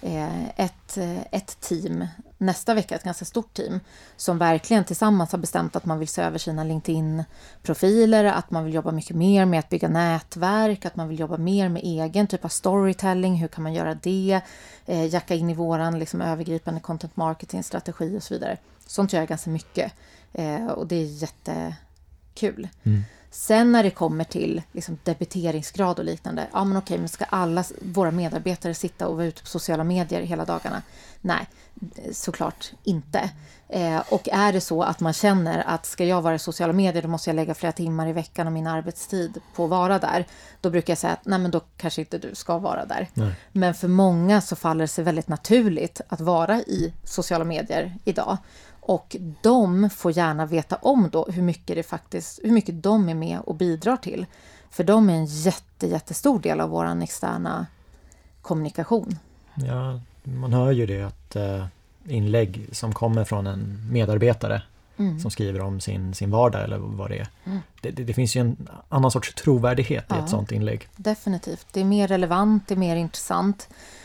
ett, ett team nästa vecka, ett ganska stort team som verkligen tillsammans har bestämt att man vill se över sina LinkedIn-profiler, att man vill jobba mycket mer med att bygga nätverk, att man vill jobba mer med egen typ av storytelling, hur kan man göra det, eh, jacka in i våran liksom, övergripande content marketing-strategi och så vidare. Sånt gör jag ganska mycket eh, och det är jättekul. Mm. Sen när det kommer till liksom, debiteringsgrad och liknande, ja men okej, men ska alla våra medarbetare sitta och vara ute på sociala medier hela dagarna? Nej, såklart inte. Eh, och är det så att man känner att ska jag vara i sociala medier då måste jag lägga flera timmar i veckan av min arbetstid på att vara där, då brukar jag säga att nej men då kanske inte du ska vara där. Nej. Men för många så faller det sig väldigt naturligt att vara i sociala medier idag. Och de får gärna veta om då hur mycket det faktiskt, hur mycket de är med och bidrar till. För de är en jätte, jättestor del av vår externa kommunikation. Ja, man hör ju det att eh, inlägg som kommer från en medarbetare mm. som skriver om sin, sin vardag eller vad det är. Mm. Det, det, det finns ju en annan sorts trovärdighet ja, i ett sånt inlägg. Definitivt. Det är mer relevant, det är mer intressant.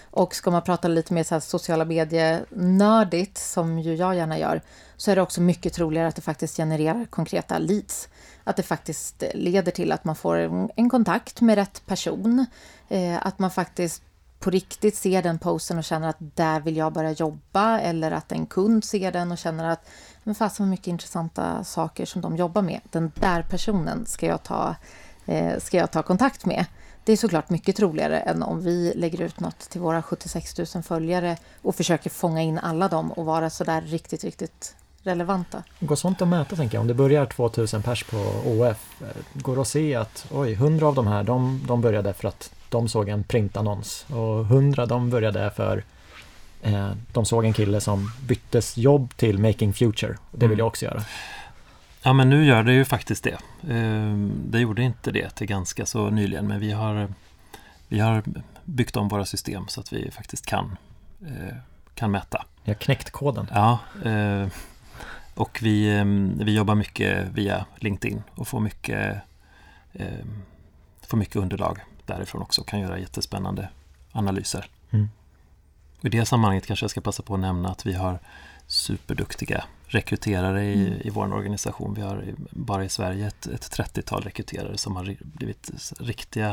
Och ska man prata lite mer så här sociala medier-nördigt, som ju jag gärna gör, så är det också mycket troligare att det faktiskt genererar konkreta leads. Att det faktiskt leder till att man får en, en kontakt med rätt person. Eh, att man faktiskt på riktigt ser den posten och känner att där vill jag börja jobba. Eller att en kund ser den och känner att men fast vad mycket intressanta saker som de jobbar med. Den där personen ska jag ta, eh, ska jag ta kontakt med. Det är såklart mycket troligare än om vi lägger ut något till våra sjuttiosex tusen följare och försöker fånga in alla dem och vara sådär riktigt, riktigt relevanta. Går sånt att mäta, tänker jag? Om det börjar tvåtusen pers på O F, går det att se att oj, hundra av de här, de, de började för att de såg en printannons och hundra de började för eh, de såg en kille som byttes jobb till Making Future. Det vill jag också göra. Ja, men nu gör det ju faktiskt det. Det gjorde inte det till ganska så nyligen, men vi har, vi har byggt om våra system så att vi faktiskt kan, kan mäta. Jag har knäckt koden. Ja, och vi, vi jobbar mycket via LinkedIn och får mycket, får mycket underlag därifrån också. Kan göra jättespännande analyser. Mm. I det sammanhanget kanske jag ska passa på att nämna att vi har superduktiga rekryterare i, mm. i vår organisation. Vi har bara i Sverige ett, ett trettiotal rekryterare som har blivit riktiga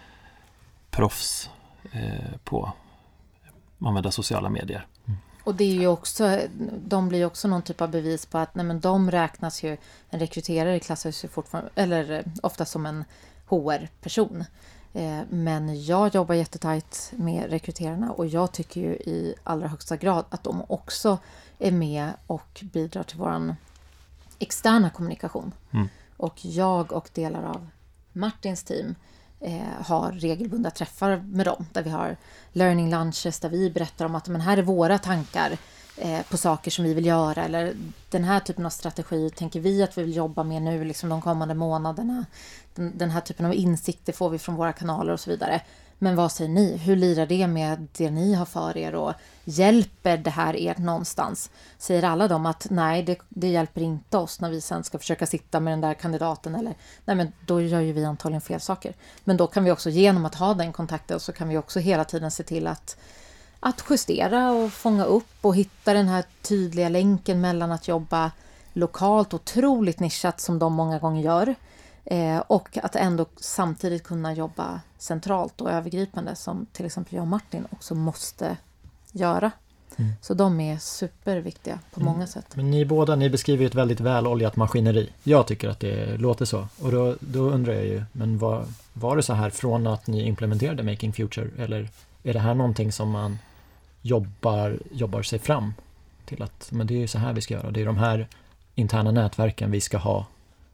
proffs eh, på att använda sociala medier. Mm. Och det är ju också, de blir också någon typ av bevis på att nej men de räknas ju, en rekryterare klassas ju fortfarande, eller ofta som en H R-person. Eh, men jag jobbar jättetajt med rekryterarna och jag tycker ju i allra högsta grad att de också är med och bidrar till våran externa kommunikation. Mm. Och jag och delar av Martins team eh, har regelbundna träffar med dem. Där vi har learning lunches där vi berättar om att men här är våra tankar eh, på saker som vi vill göra. Eller den här typen av strategi tänker vi att vi vill jobba med nu liksom de kommande månaderna. Den, den här typen av insikter får vi från våra kanaler och så vidare. Men vad säger ni? Hur lirar det med det ni har för er och hjälper det här er någonstans? Säger alla dem att nej, det, det hjälper inte oss när vi sen ska försöka sitta med den där kandidaten eller nej, men då gör ju vi antagligen fel saker. Men då kan vi också genom att ha den kontakten så kan vi också hela tiden se till att, att justera och fånga upp och hitta den här tydliga länken mellan att jobba lokalt otroligt nischat som de många gånger gör. Eh, och att ändå samtidigt kunna jobba centralt och övergripande som till exempel jag och Martin också måste göra. Mm. Så de är superviktiga på mm. många sätt. Men ni båda, ni beskriver ett väldigt väloljat maskineri. Jag tycker att det låter så. Och då, då undrar jag ju, men var, var det så här från att ni implementerade Making Future? Eller är det här någonting som man jobbar, jobbar sig fram till att men det är ju så här vi ska göra. Det är de här interna nätverken vi ska ha.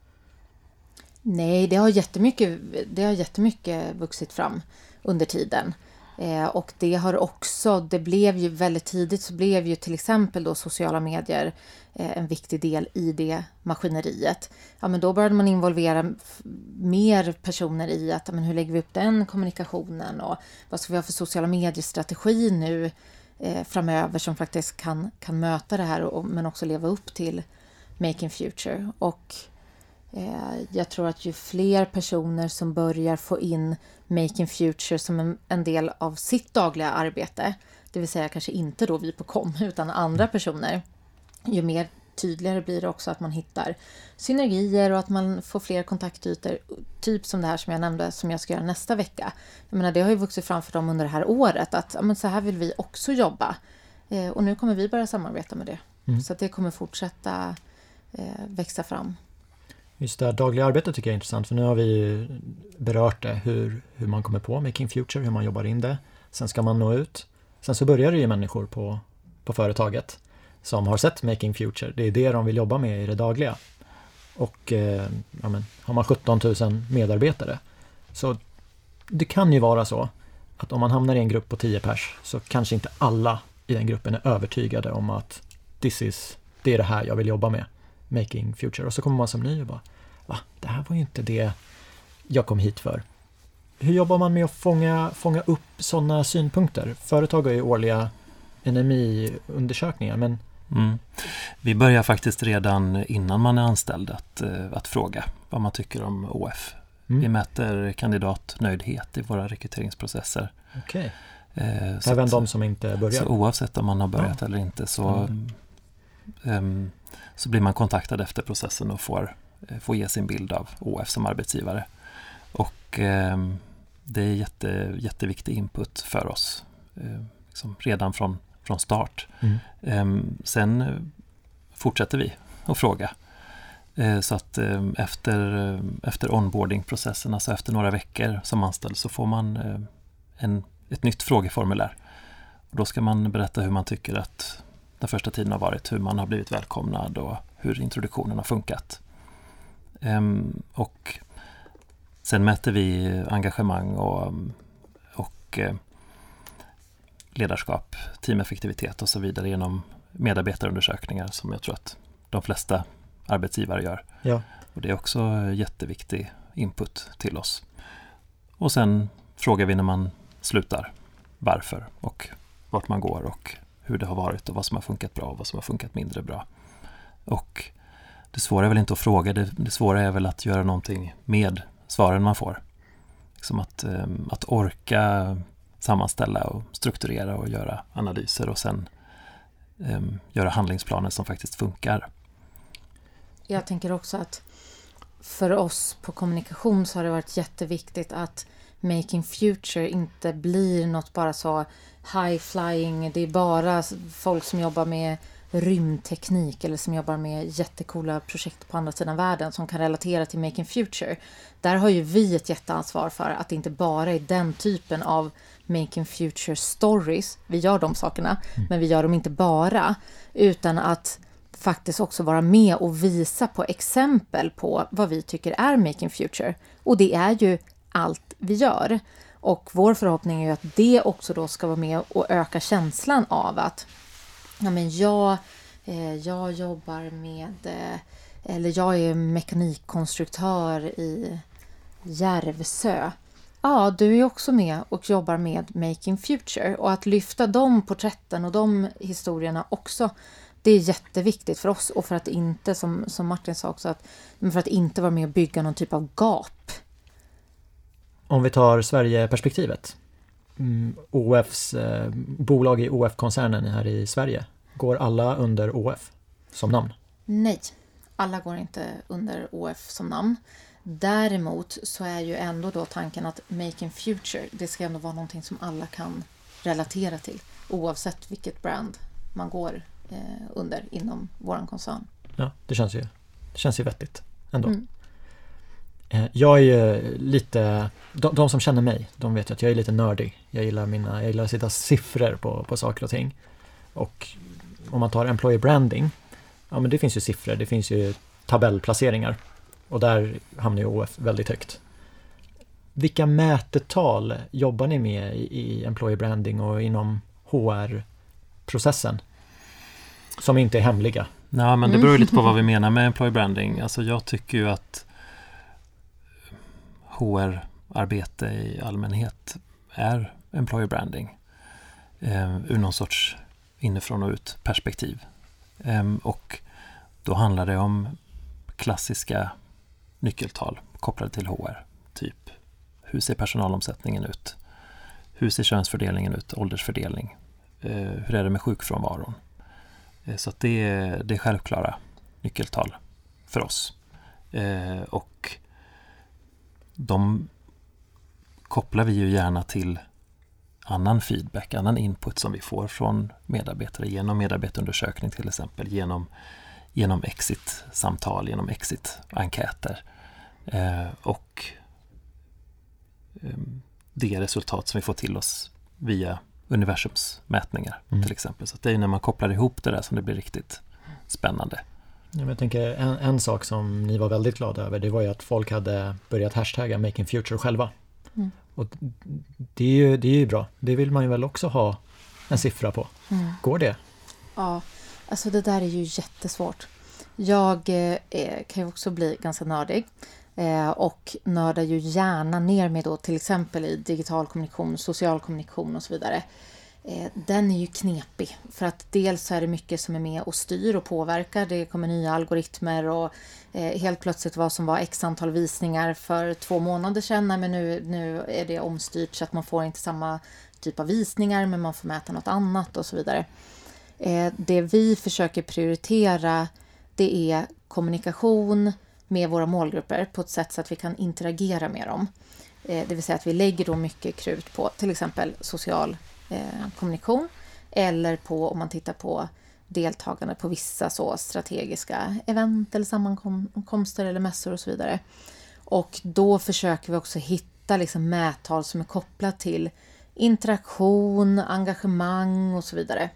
Nej, det har jättemycket, det har jättemycket vuxit fram under tiden. Eh, och det har också, det blev ju väldigt tidigt så blev ju till exempel då sociala medier eh, en viktig del i det maskineriet. Ja, men då började man involvera f- mer personer i att men hur lägger vi upp den kommunikationen och vad ska vi ha för sociala mediestrategi nu eh, framöver som faktiskt kan, kan möta det här och, men också leva upp till Making Future. Och jag tror att ju fler personer som börjar få in Making Future som en, en del av sitt dagliga arbete, det vill säga kanske inte då vi på kom utan andra personer, ju mer tydligare blir det också att man hittar synergier och att man får fler kontaktytor, typ som det här som jag nämnde som jag ska göra nästa vecka. Jag menar, det har ju vuxit fram för dem under det här året att ja, men så här vill vi också jobba eh, och nu kommer vi börja samarbeta med det. Mm. Så att det kommer fortsätta eh, växa fram. Just det här dagliga arbetet tycker jag är intressant för nu har vi berört det, hur, hur man kommer på Making Future, hur man jobbar in det. Sen ska man nå ut. Sen så börjar det ju människor på, på företaget som har sett Making Future. Det är det de vill jobba med i det dagliga. Och eh, ja men, har man sjutton tusen medarbetare så det kan ju vara så att om man hamnar i en grupp på tio pers så kanske inte alla i den gruppen är övertygade om att this is, det är det här jag vill jobba med. Making Future. Och så kommer man som ny och bara, va? Det här var ju inte det jag kom hit för. Hur jobbar man med att fånga, fånga upp sådana synpunkter? Företag har ju årliga N M I-undersökningar, men... Mm. Vi börjar faktiskt redan innan man är anställd att, att fråga vad man tycker om O F. Mm. Vi mäter kandidatnöjdhet i våra rekryteringsprocesser. Okay. Eh, Även att, de som inte börjar? Så oavsett om man har börjat ja. eller inte så, mm. um, så blir man kontaktad efter processen och får, får ge sin bild av O F som arbetsgivare. Och um, det är jätte, jätteviktig input för oss uh, liksom redan från, från start. Mm. Um, sen uh, fortsätter vi att fråga. Uh, så att uh, efter, uh, efter onboardingprocessen, alltså efter några veckor som anställd, så får man uh, en ett nytt frågeformulär. Och då ska man berätta hur man tycker att den första tiden har varit, hur man har blivit välkomnad och hur introduktionen har funkat. Ehm, och sen mäter vi engagemang och, och eh, ledarskap, teameffektivitet och så vidare genom medarbetarundersökningar som jag tror att de flesta arbetsgivare gör. Ja. Och det är också jätteviktig input till oss. Och sen frågar vi när man slutar varför och vart man går och hur det har varit och vad som har funkat bra och vad som har funkat mindre bra. Och det svåra är väl inte att fråga, det, det svåra är väl att göra någonting med svaren man får. Liksom att, um, att orka sammanställa och strukturera och göra analyser och sen um, göra handlingsplaner som faktiskt funkar. Jag tänker också att för oss på kommunikation så har det varit jätteviktigt att Making Future inte blir något bara så high flying, det är bara folk som jobbar med rymdteknik eller som jobbar med jättekola projekt på andra sidan världen som kan relatera till Making Future. Där har ju vi ett jätteansvar för att det inte bara är den typen av Making Future stories. Vi gör de sakerna, mm. men vi gör dem inte bara, utan att faktiskt också vara med och visa på exempel på vad vi tycker är Making Future. Och det är ju allt vi gör. Och vår förhoppning är ju att det också då ska vara med och öka känslan av att ja, men jag, eh, jag jobbar med, eh, eller jag är mekanikkonstruktör i Järvsö. Ja, du är också med och jobbar med Making Future. Och att lyfta de porträtten och de historierna också, det är jätteviktigt för oss. Och för att inte, som, som Martin sa också, att, för att inte vara med och bygga någon typ av gap. Om vi tar Sverige-perspektivet. Mm, O Fs eh, bolag i O F-koncernen här i Sverige. Går alla under O F som namn? Nej, alla går inte under O F som namn. Däremot så är ju ändå då tanken att Making Future, det ska ändå vara någonting som alla kan relatera till. Oavsett vilket brand man går eh, under inom våran koncern. Ja, det känns ju, det känns ju vettigt ändå. Mm. Jag är ju lite, de, de som känner mig, de vet ju att jag är lite nördig. Jag gillar mina, jag gillar att sitta siffror på, på saker och ting. Och om man tar employee branding, ja men det finns ju siffror, det finns ju tabellplaceringar. Och där hamnar ju O F väldigt högt. Vilka mätetal jobbar ni med i, i employee branding och inom H R-processen? Som inte är hemliga. Ja, men det beror ju lite på vad vi menar med employee branding. Alltså jag tycker ju att H R-arbete i allmänhet är employer branding eh, ur någon sorts inifrån och ut perspektiv. Eh, och då handlar det om klassiska nyckeltal kopplade till H R. Typ, hur ser personalomsättningen ut? Hur ser könsfördelningen ut? Åldersfördelning? Eh, hur är det med sjukfrånvaron? Eh, så att det, är, det är självklara nyckeltal för oss. Eh, och de kopplar vi ju gärna till annan feedback, annan input som vi får från medarbetare genom medarbetarundersökning till exempel, genom, genom exit-samtal, genom exit-enkäter eh, och eh, det resultat som vi får till oss via universums mätningar mm. till exempel. Så det är när man kopplar ihop det där som det blir riktigt spännande. Ja, men jag tänker en, en sak som ni var väldigt glada över, det var ju att folk hade börjat hashtagga Making Future själva. Mm. Och det är, ju, det är ju bra. Det vill man ju väl också ha en siffra på. Mm. Går det? Ja, alltså det där är ju jättesvårt. Jag eh, kan ju också bli ganska nördig. Eh, och nördar ju gärna ner med då till exempel i digital kommunikation, social kommunikation och så vidare. Den är ju knepig för att dels så är det mycket som är med och styr och påverkar. Det kommer nya algoritmer och eh, helt plötsligt vad som var x antal visningar för två månader sedan. Men nu, nu är det omstyrt så att man får inte samma typ av visningar, men man får mäta något annat och så vidare. Eh, det vi försöker prioritera, det är kommunikation med våra målgrupper på ett sätt så att vi kan interagera med dem. Eh, det vill säga att vi lägger då mycket krut på till exempel social eh, kommunikation, eller på, om man tittar på deltagande på vissa så strategiska event eller sammankomster eller mässor och så vidare. Och då försöker vi också hitta liksom mättal som är kopplat till interaktion, engagemang och så vidare.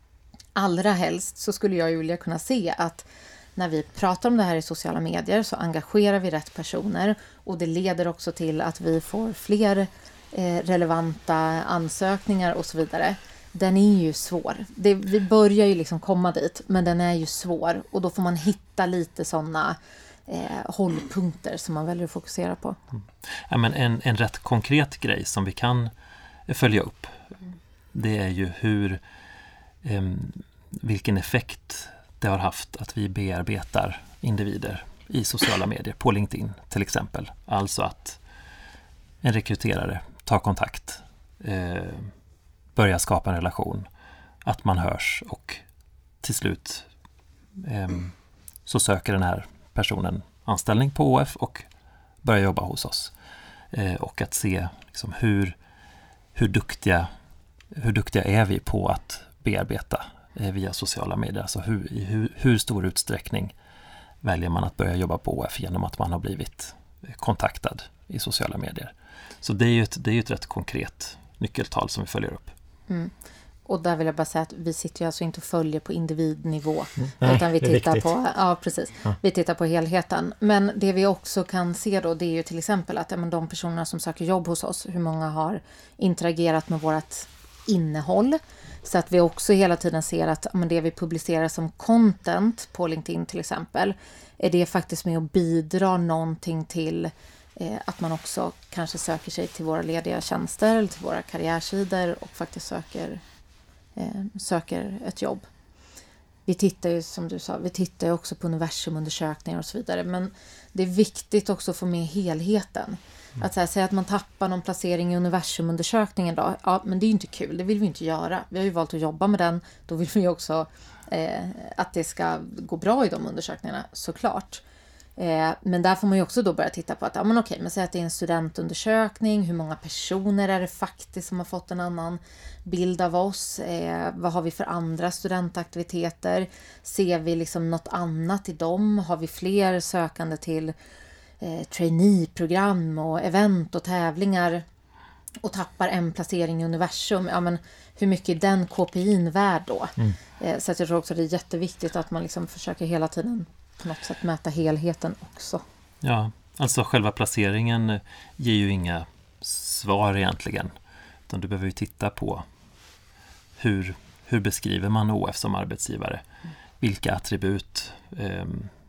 Allra helst så skulle jag ju vilja kunna se att när vi pratar om det här i sociala medier så engagerar vi rätt personer, och det leder också till att vi får fler eh, relevanta ansökningar och så vidare. Den är ju svår. Det, vi börjar ju liksom komma dit, men den är ju svår, och då får man hitta lite sådana eh, hållpunkter som man väljer att fokusera på. Mm. Ja, men en, en rätt konkret grej som vi kan följa upp, det är ju hur eh, vilken effekt det har haft att vi bearbetar individer i sociala medier, på LinkedIn till exempel. Alltså att en rekryterare tar kontakt, eh, börjar skapa en relation, att man hörs, och till slut eh, så söker den här personen anställning på O F och börjar jobba hos oss. Eh, och att se liksom hur, hur, duktiga, hur duktiga är vi på att bearbeta eh, via sociala medier. Alltså hur, i hur, hur stor utsträckning väljer man att börja jobba på O F genom att man har blivit kontaktad i sociala medier. Så det är ju ett, det är ju ett rätt konkret nyckeltal som vi följer upp. Mm. Och där vill jag bara säga att vi sitter ju alltså inte och följer på individnivå, Nej, utan vi tittar viktigt. på, ja, precis. Ja. Vi tittar på helheten. Men det vi också kan se då, det är ju till exempel att ja, men de personerna som söker jobb hos oss, hur många har interagerat med vårt innehåll, så att vi också hela tiden ser att ja, men det vi publicerar som content på LinkedIn till exempel, är det faktiskt med att bidra någonting till eh, att man också kanske söker sig till våra lediga tjänster eller till våra karriärsidor och faktiskt söker eh, söker ett jobb. Vi tittar ju, som du sa, vi tittar ju också på universumundersökningar och så vidare, men det är viktigt också att få med helheten. Mm. Att så här, säga att man tappar någon placering i universumundersökningen då, ja, men det är ju inte kul, det vill vi inte göra. Vi har ju valt att jobba med den, då vill vi också eh, att det ska gå bra i de undersökningarna, såklart. Eh, men där får man ju också då börja titta på att, ja men okej, men säg att det är en studentundersökning, hur många personer är det faktiskt som har fått en annan bild av oss, eh, vad har vi för andra studentaktiviteter, ser vi liksom något annat i dem, har vi fler sökande till eh, trainee-program och event och tävlingar och tappar en placering i universum, ja men hur mycket är den K P I:n värd då? Mm. Eh, så att jag tror också det är jätteviktigt att man liksom försöker hela tiden på något sätt mäta helheten också. Ja, alltså själva placeringen ger ju inga svar egentligen. Utan du behöver ju titta på hur, hur beskriver man O F som arbetsgivare. Mm. Vilka attribut eh,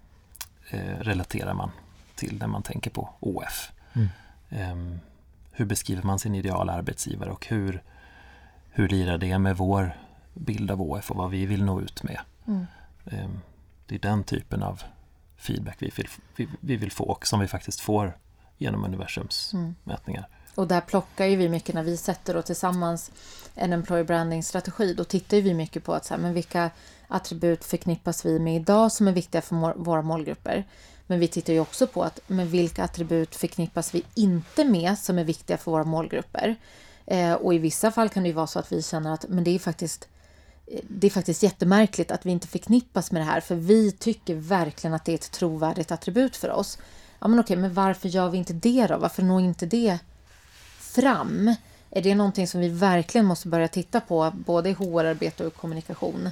eh, relaterar man till när man tänker på O F. Mm. Eh, hur beskriver man sin ideala arbetsgivare och hur, hur lirar det med vår bild av O F och vad vi vill nå ut med. Mm. Eh, Det är den typen av feedback vi vill, vi, vi vill få och som vi faktiskt får genom universums mm. mätningar. Och där plockar ju vi mycket när vi sätter då tillsammans en employer branding-strategi. Då tittar ju vi mycket på att så här, men vilka attribut förknippas vi med idag som är viktiga för må- våra målgrupper. Men vi tittar ju också på att men vilka attribut förknippas vi inte med som är viktiga för våra målgrupper. Eh, och i vissa fall kan det ju vara så att vi känner att men det är faktiskt Det är faktiskt jättemärkligt att vi inte förknippas med det här, för vi tycker verkligen att det är ett trovärdigt attribut för oss. Ja men okej, men varför gör vi inte det då? Varför når inte det fram? Är det någonting som vi verkligen måste börja titta på, både i H R-arbete och kommunikation?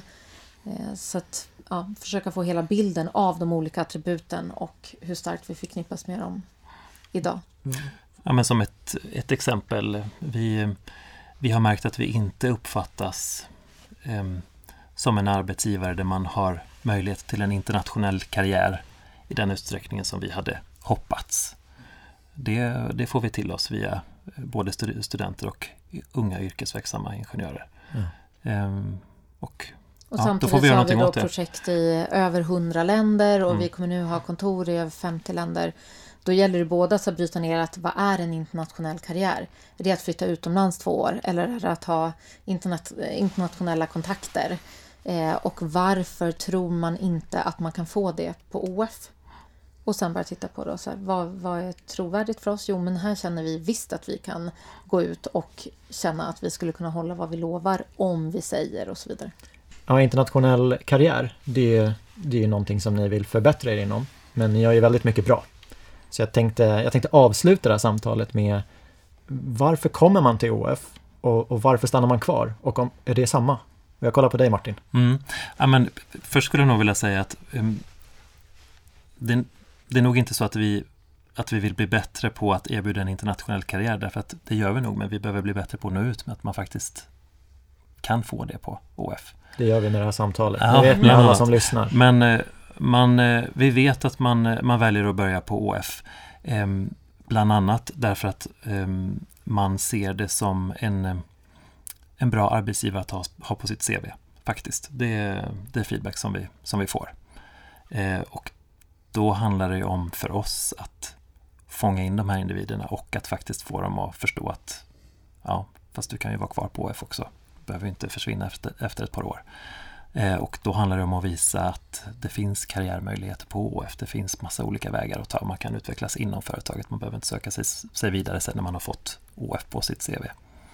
Så att ja, försöka få hela bilden av de olika attributen och hur starkt vi förknippas med dem idag. Ja, men som ett, ett exempel, vi, vi har märkt att vi inte uppfattas som en arbetsgivare där man har möjlighet till en internationell karriär i den utsträckningen som vi hade hoppats. Det, det får vi till oss via både studenter och unga yrkesverksamma ingenjörer. Mm. Ehm, och och ja, samtidigt då får vi så göra har vi någonting då åt det. projekt i över hundra länder och mm. vi kommer nu ha kontor i över femtio länder. då gäller det både att bryta ner att vad är en internationell karriär? Är det att flytta utomlands två år eller är det att ha internet, internationella kontakter? Eh, och varför tror man inte att man kan få det på O F? Och sen bara titta på då, så här, vad, vad är trovärdigt för oss? Jo, men här känner vi visst att vi kan gå ut och känna att vi skulle kunna hålla vad vi lovar om vi säger och så vidare. Ja, internationell karriär, det är, det är ju någonting som ni vill förbättra er inom. Men ni gör ju väldigt mycket bra. Så jag tänkte, jag tänkte avsluta det här samtalet med varför kommer man till O F och, och varför stannar man kvar? Och om, är det samma? Jag kollar på dig, Martin. Mm. Ja, men först skulle jag nog vilja säga att um, det, det är nog inte så att vi, att vi vill bli bättre på att erbjuda en internationell karriär, därför att det gör vi nog, men vi behöver bli bättre på att nå ut med att man faktiskt kan få det på O F. Det gör vi med det här samtalet. Ja, det vet ni alla som lyssnar. Men man, vi vet att man, man väljer att börja på O F eh, bland annat därför att eh, man ser det som en, en bra arbetsgivare att ha, ha på sitt C V faktiskt. Det är, det är feedback som vi, som vi får. Eh, och då handlar det om för oss att fånga in de här individerna och att faktiskt få dem att förstå att ja, fast du kan ju vara kvar på O F också. Behöver inte försvinna efter, efter ett par år. Eh, och då handlar det om att visa att det finns karriärmöjligheter på O F. Det finns massa olika vägar att ta. Man kan utvecklas inom företaget. Man behöver inte söka sig, sig vidare sen när man har fått O F på sitt C V.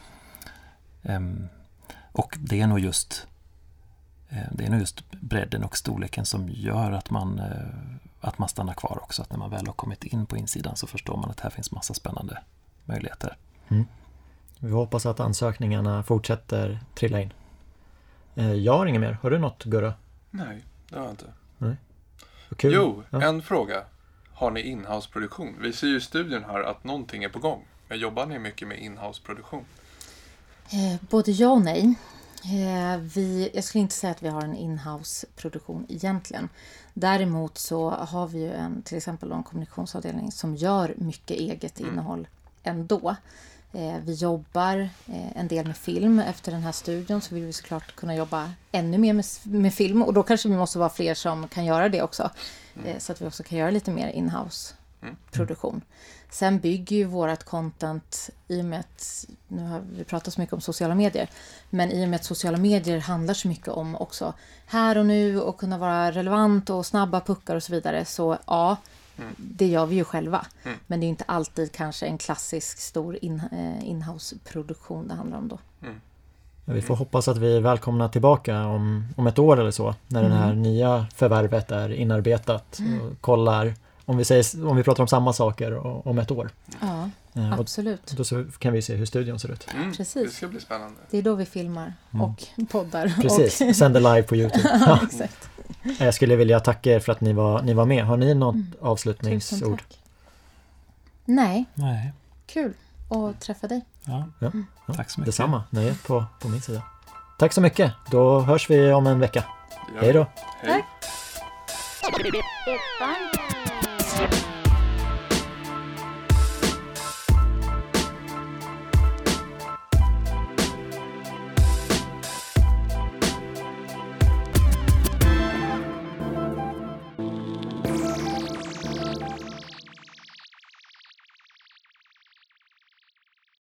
Eh, och det är nog just eh, det är nog just bredden och storleken som gör att man, eh, att man stannar kvar också. Att när man väl har kommit in på insidan så förstår man att här finns massa spännande möjligheter. Mm. Vi hoppas att ansökningarna fortsätter trilla in. Jag har inget mer. Har du något, Gurra? Nej, det har jag inte. Nej. Kul. Jo, ja. En fråga. Har ni inhouse-produktion? Vi ser ju i studion här att någonting är på gång. Men jobbar ni mycket med inhouse-produktion? Eh, både ja och nej. Eh, vi, jag skulle inte säga att vi har en inhouse-produktion egentligen. Däremot så har vi ju en, till exempel en kommunikationsavdelning som gör mycket eget mm. innehåll ändå. Eh, vi jobbar eh, en del med film. Efter den här studion så vill vi såklart kunna jobba ännu mer med, med film. Och då kanske vi måste vara fler som kan göra det också. Mm. Eh, så att vi också kan göra lite mer inhouse-produktion. Mm. Sen bygger ju vårat content i och med att, nu har vi pratat så mycket om sociala medier, men i och med att sociala medier handlar så mycket om också här och nu och kunna vara relevant och snabba puckar och så vidare. Så ja, mm. det gör vi ju själva. Mm. Men det är inte alltid kanske en klassisk stor in, eh, inhouse-produktion det handlar om då. Mm. Vi får hoppas att vi är välkomna tillbaka om, om ett år eller så, när mm. den här nya förvärvet är inarbetat mm. och kollar om vi, säger, om vi pratar om samma saker om ett år. Ja, ja absolut. Då så kan vi se hur studion ser ut. Mm, Precis. Det ska bli spännande. Det är då vi filmar mm. och poddar. Precis, och... sänder live på YouTube. Ja, exakt. Jag skulle vilja tacka er för att ni var, ni var med. Har ni något mm. avslutningsord? Nej. Nej. Kul att träffa dig. Ja, ja. ja. Tack så mycket. Detsamma, nöjet på, på min sida. Tack så mycket. Då hörs vi om en vecka. Ja. Hej då. Hej. Tack.